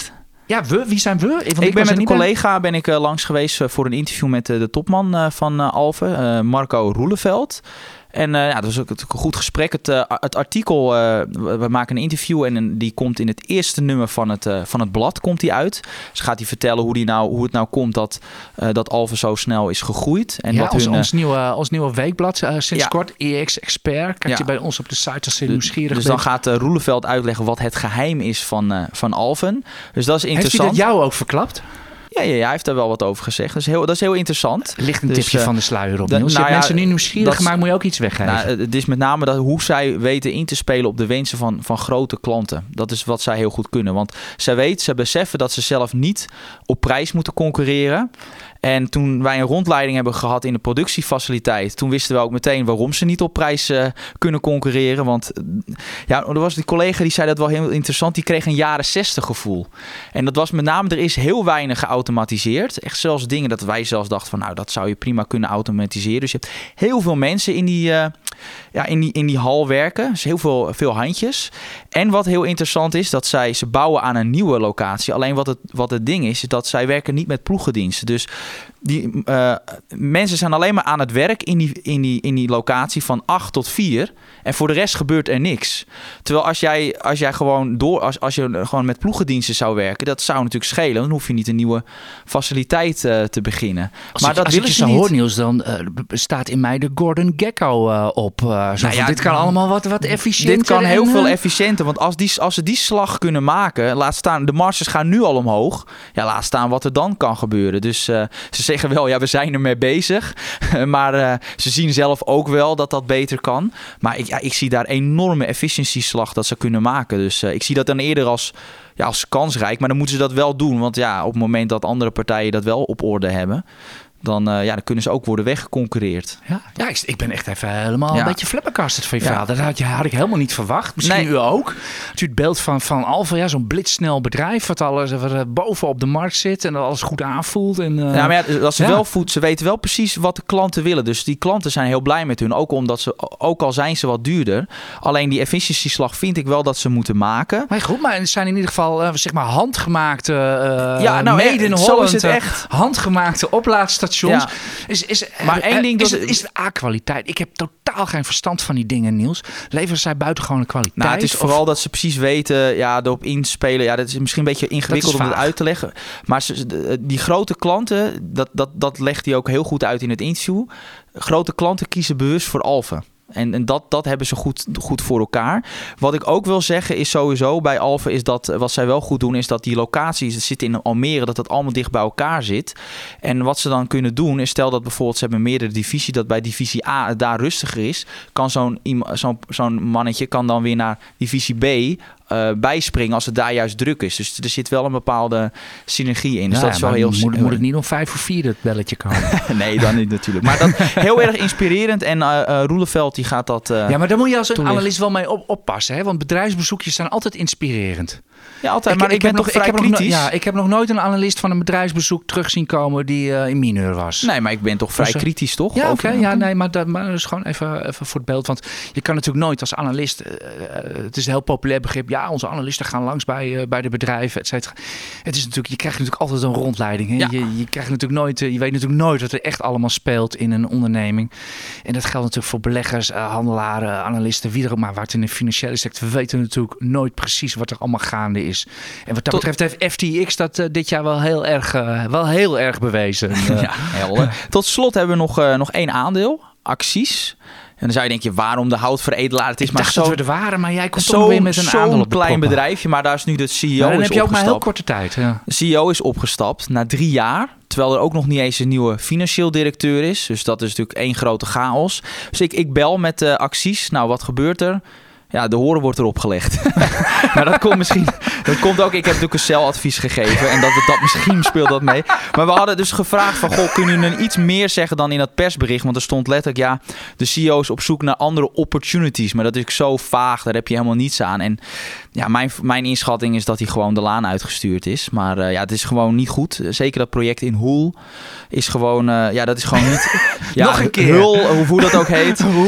Ja, we? Wie zijn we? Want ik, ik ben met een niet collega ben ik uh, langs geweest uh, voor een interview met uh, de topman uh, van uh, Alphe, uh, Marco Roeleveld. En uh, ja, dat was ook een goed gesprek. Het, uh, het artikel, uh, we maken een interview en een, die komt in het eerste nummer van het, uh, van het blad komt die uit. Dus gaat hij vertellen hoe, die nou, hoe het nou komt dat, uh, dat Alphe zo snel is gegroeid. En ja, wat ons, hun, uh, ons, nieuwe, ons nieuwe weekblad uh, sinds ja. kort, E X Expert. Kijk ja. je bij ons op de site als je dus, nieuwsgierig Dus bent. dan gaat uh, Roeleveld uitleggen wat het geheim is van, uh, van Alphen. Dus dat is interessant. Heeft hij dat jou ook verklapt? Ja, ja, ja, hij heeft daar wel wat over gezegd. Dat is heel, dat is heel interessant. Ligt een dus, tipje uh, van de sluier op, de, Niels. Je nou hebt ja, mensen nu nieuwsgierig dat, gemaakt, moet je ook iets weggeven. Nou, het is met name dat, hoe zij weten in te spelen op de wensen van, van grote klanten. Dat is wat zij heel goed kunnen. Want zij weten, ze beseffen dat ze zelf niet op prijs moeten concurreren. En toen wij een rondleiding hebben gehad in de productiefaciliteit, toen wisten we ook meteen waarom ze niet op prijs uh, kunnen concurreren. Want ja, er was die collega die zei dat wel heel interessant. Die kreeg een jaren zestig gevoel. En dat was met name, er is heel weinig geautomatiseerd. Echt zelfs dingen dat wij zelfs dachten van nou, dat zou je prima kunnen automatiseren. Dus je hebt heel veel mensen in die, uh, ja, in die, in die hal werken. Dus heel veel, veel handjes. En wat heel interessant is, dat zij, ze bouwen aan een nieuwe locatie. Alleen wat het, wat het ding is, is dat zij werken niet met ploegendiensten. Dus die uh, mensen zijn alleen maar aan het werk in die, in, die, in die locatie van acht tot vier. En voor de rest gebeurt er niks. Terwijl als jij, als jij gewoon door, als, als je gewoon met ploegendiensten zou werken, dat zou natuurlijk schelen. Dan hoef je niet een nieuwe faciliteit uh, te beginnen. Als maar ik, dat als ik je ze zo niet. hoor, Niels, dan uh, staat in mij de Gordon Gekko uh, op. Uh, zo Nou ja, van, dit kan allemaal wat, wat efficiënter. Dit kan heel en, veel uh, efficiënter. Want als, die, als ze die slag kunnen maken, laat staan, de marges gaan nu al omhoog. Ja, laat staan wat er dan kan gebeuren. Dus uh, ze zeggen wel, ja, we zijn ermee bezig. maar uh, ze zien zelf ook wel dat dat beter kan. Maar ik, ja, ik zie daar enorme efficiëntieslag dat ze kunnen maken. Dus uh, ik zie dat dan eerder als, ja, als kansrijk. Maar dan moeten ze dat wel doen. Want ja, op het moment dat andere partijen dat wel op orde hebben, dan, uh, ja, dan kunnen ze ook worden weggeconcurreerd. Ja, ja ik, ik ben echt even helemaal Ja. een beetje flabbergasted van je Ja. verhaal. Dat had, je, had ik helemaal niet verwacht. Misschien Nee. u ook. Als u het beeld van, van Alpha, ja, zo'n blitssnel bedrijf wat alles wat, uh, boven op de markt zit en dat alles goed aanvoelt. En, uh, Ja, maar ja, dat ze, ja. wel voed, ze weten wel precies wat de klanten willen. Dus die klanten zijn heel blij met hun. Ook omdat ze, ook al zijn ze wat duurder. Alleen die efficiëntieslag vind ik wel dat ze moeten maken. Maar goed, maar het zijn in ieder geval uh, zeg maar handgemaakte, uh, Ja, nou, made echt, in zo Holland, is het uh, echt. handgemaakte oplaadstations. Ja. Is, is, Maar één ding is, dat- het, is het A-kwaliteit? Ik heb totaal geen verstand van die dingen, Niels. Leveren zij buitengewone kwaliteit? Nou, het is Of- vooral dat ze precies weten, ja, erop inspelen. Ja, dat is misschien een beetje ingewikkeld Dat is om het vaag. uit te leggen. Maar ze, de- die grote klanten, dat, dat, dat legt hij ook heel goed uit in het interview. Grote klanten kiezen bewust voor Alphe. En, en dat, dat hebben ze goed, goed voor elkaar. Wat ik ook wil zeggen is sowieso bij Alphe is dat, wat zij wel goed doen, is dat die locaties, het zit in Almere, dat het allemaal dicht bij elkaar zit. En wat ze dan kunnen doen, is stel dat bijvoorbeeld ze hebben meerdere divisies, dat bij divisie A het daar rustiger is, kan zo'n, iem- zo'n, zo'n mannetje kan dan weer naar divisie B uh, bijspringen als het daar juist druk is. Dus er zit wel een bepaalde synergie in. Dus Ja, dat is wel maar heel... moet, moet het niet om vijf voor vier dat belletje komen? Nee, dan niet natuurlijk. Maar dat heel erg inspirerend. En uh, uh, Roeleveld die gaat dat... Uh, Ja, maar daar moet je als een toelichten. analist wel mee op, oppassen. Hè? Want bedrijfsbezoekjes zijn altijd inspirerend. Ja, altijd. Maar ik, ben heb toch nog, vrij ik heb nog kritisch. no- ja, ik heb nog nooit een analist van een bedrijfsbezoek terug zien komen die uh, in mineur was. Nee, maar ik ben toch vrij Dus, uh, kritisch, toch? Ja, oké. Over- ja, nee, maar dat, maar dat is gewoon even, even voor het beeld. Want je kan natuurlijk nooit als analist... Uh, het is een heel populair begrip. Ja, onze analisten gaan langs bij, uh, bij de bedrijven, et cetera. Het is natuurlijk, je krijgt natuurlijk altijd een rondleiding. Hè? Ja. Je, je, krijgt natuurlijk nooit, uh, je weet natuurlijk nooit wat er echt allemaal speelt in een onderneming. En dat geldt natuurlijk voor beleggers, uh, handelaren, analisten, wie er ook maar wat in de financiële sector. We weten natuurlijk nooit precies wat er allemaal gaande is. En wat dat Tot- betreft heeft F T X dat uh, dit jaar wel heel erg, uh, wel heel erg bewezen. Uh, Ja, helder. Tot slot hebben we nog, uh, nog één aandeel. Acties. En dan zou je denken, waarom de houtveredelaar? Het is Ik maar dacht zo, dat we er waren, maar jij komt toch zo, weer met een aandeel zo'n op de klein proppen. bedrijfje. Maar daar is nu de C E O Maar dan is heb je ook maar heel opgestapt. korte tijd. Ja. De C E O is opgestapt na drie jaar. Terwijl er ook nog niet eens een nieuwe financieel directeur is. Dus dat is natuurlijk één grote chaos. Dus ik, ik bel met uh, Acties. Nou, wat gebeurt er? Ja, de horen wordt erop gelegd. Maar dat komt misschien... Dat komt ook... Ik heb natuurlijk een celadvies gegeven. En dat, dat misschien speelt dat mee. Maar we hadden dus gevraagd van... Goh, kunnen jullie iets meer zeggen dan in dat persbericht? Want er stond letterlijk... Ja, de C E O is op zoek naar andere opportunities. Maar dat is zo vaag. Daar heb je helemaal niets aan. En ja, mijn, mijn inschatting is dat hij gewoon de laan uitgestuurd is. Maar uh, ja, het is gewoon niet goed. Zeker dat project in Hoel is gewoon... Uh, ja, dat is gewoon niet... Ja, Nog een keer. Hul, hoe, hoe dat ook heet. Hoel?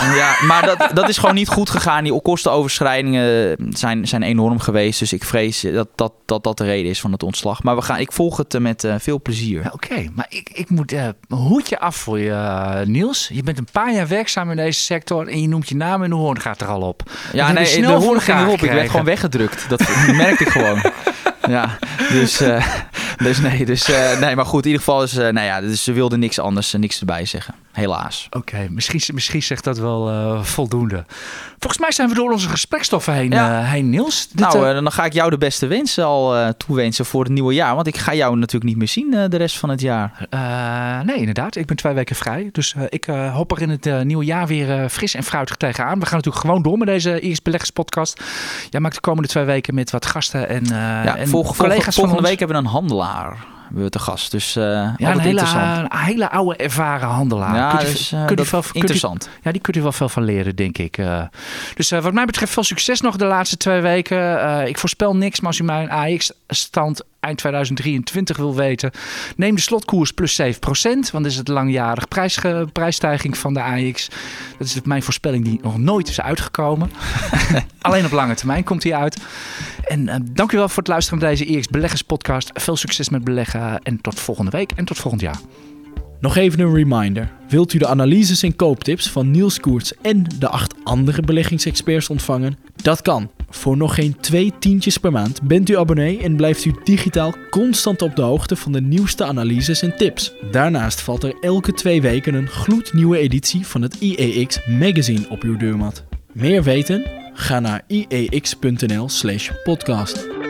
Ja, maar dat, dat is gewoon niet goed gegaan. Die kostenoverschrijdingen zijn, zijn enorm geweest. Dus ik vrees dat dat, dat dat de reden is van het ontslag. Maar we gaan, ik volg het met uh, veel plezier. Ja, Oké, okay, maar ik, ik moet uh, een hoedje af voor je, uh, Niels. Je bent een paar jaar werkzaam in deze sector en je noemt je naam en de hoorn gaat er al op. Ja, nee, snel de hoorn ging erop. Gekregen. Ik werd gewoon weggedrukt. Dat merkte ik gewoon. Ja, dus, uh, dus nee, dus uh, nee, maar goed, in ieder geval is, uh, nou ja, dus ze wilden niks anders, uh, niks erbij zeggen, helaas. Oké, okay, misschien, misschien zegt dat wel uh, voldoende. Volgens mij zijn we door onze gesprekstoffen heen, ja. uh, heen Niels. Dit, nou, uh, uh, dan ga ik jou de beste wensen al uh, toewensen voor het nieuwe jaar, want ik ga jou natuurlijk niet meer zien uh, de rest van het jaar. Uh, nee, inderdaad, ik ben twee weken vrij, dus uh, ik uh, hoop er in het uh, nieuwe jaar weer uh, fris en fruitig tegenaan. We gaan natuurlijk gewoon door met deze I E X Beleggerspodcast. Jij maakt de komende twee weken met wat gasten en, uh, ja, en volg, collega's volg, volgende van week hebben we een handelaar. We te gast, dus uh, ja, een hele, interessant. een hele oude ervaren handelaar. Ja, kunt u, dus, uh, kunt u dat wel, interessant. Kunt u, ja, die kunt u wel veel van leren, denk ik. Uh, dus uh, wat mij betreft veel succes nog de laatste twee weken. Uh, ik voorspel niks, maar als u mijn A X stand eind tweeduizend drieëntwintig wil weten, neem de slotkoers plus zeven procent, want dat is het langjarig prijsge, prijsstijging van de A X. Dat is mijn voorspelling die nog nooit is uitgekomen. Alleen op lange termijn komt die uit. En uh, dank u wel voor het luisteren naar deze I E X Beleggerspodcast. Veel succes met beleggen en tot volgende week en tot volgend jaar. Nog even een reminder. Wilt u de analyses en kooptips van Niels Koerts en de acht andere beleggingsexperts ontvangen? Dat kan. Voor nog geen twee tientjes per maand bent u abonnee en blijft u digitaal constant op de hoogte van de nieuwste analyses en tips. Daarnaast valt er elke twee weken een gloednieuwe editie van het I E X magazine op uw deurmat. Meer weten? Ga naar i e x punt n l slash podcast.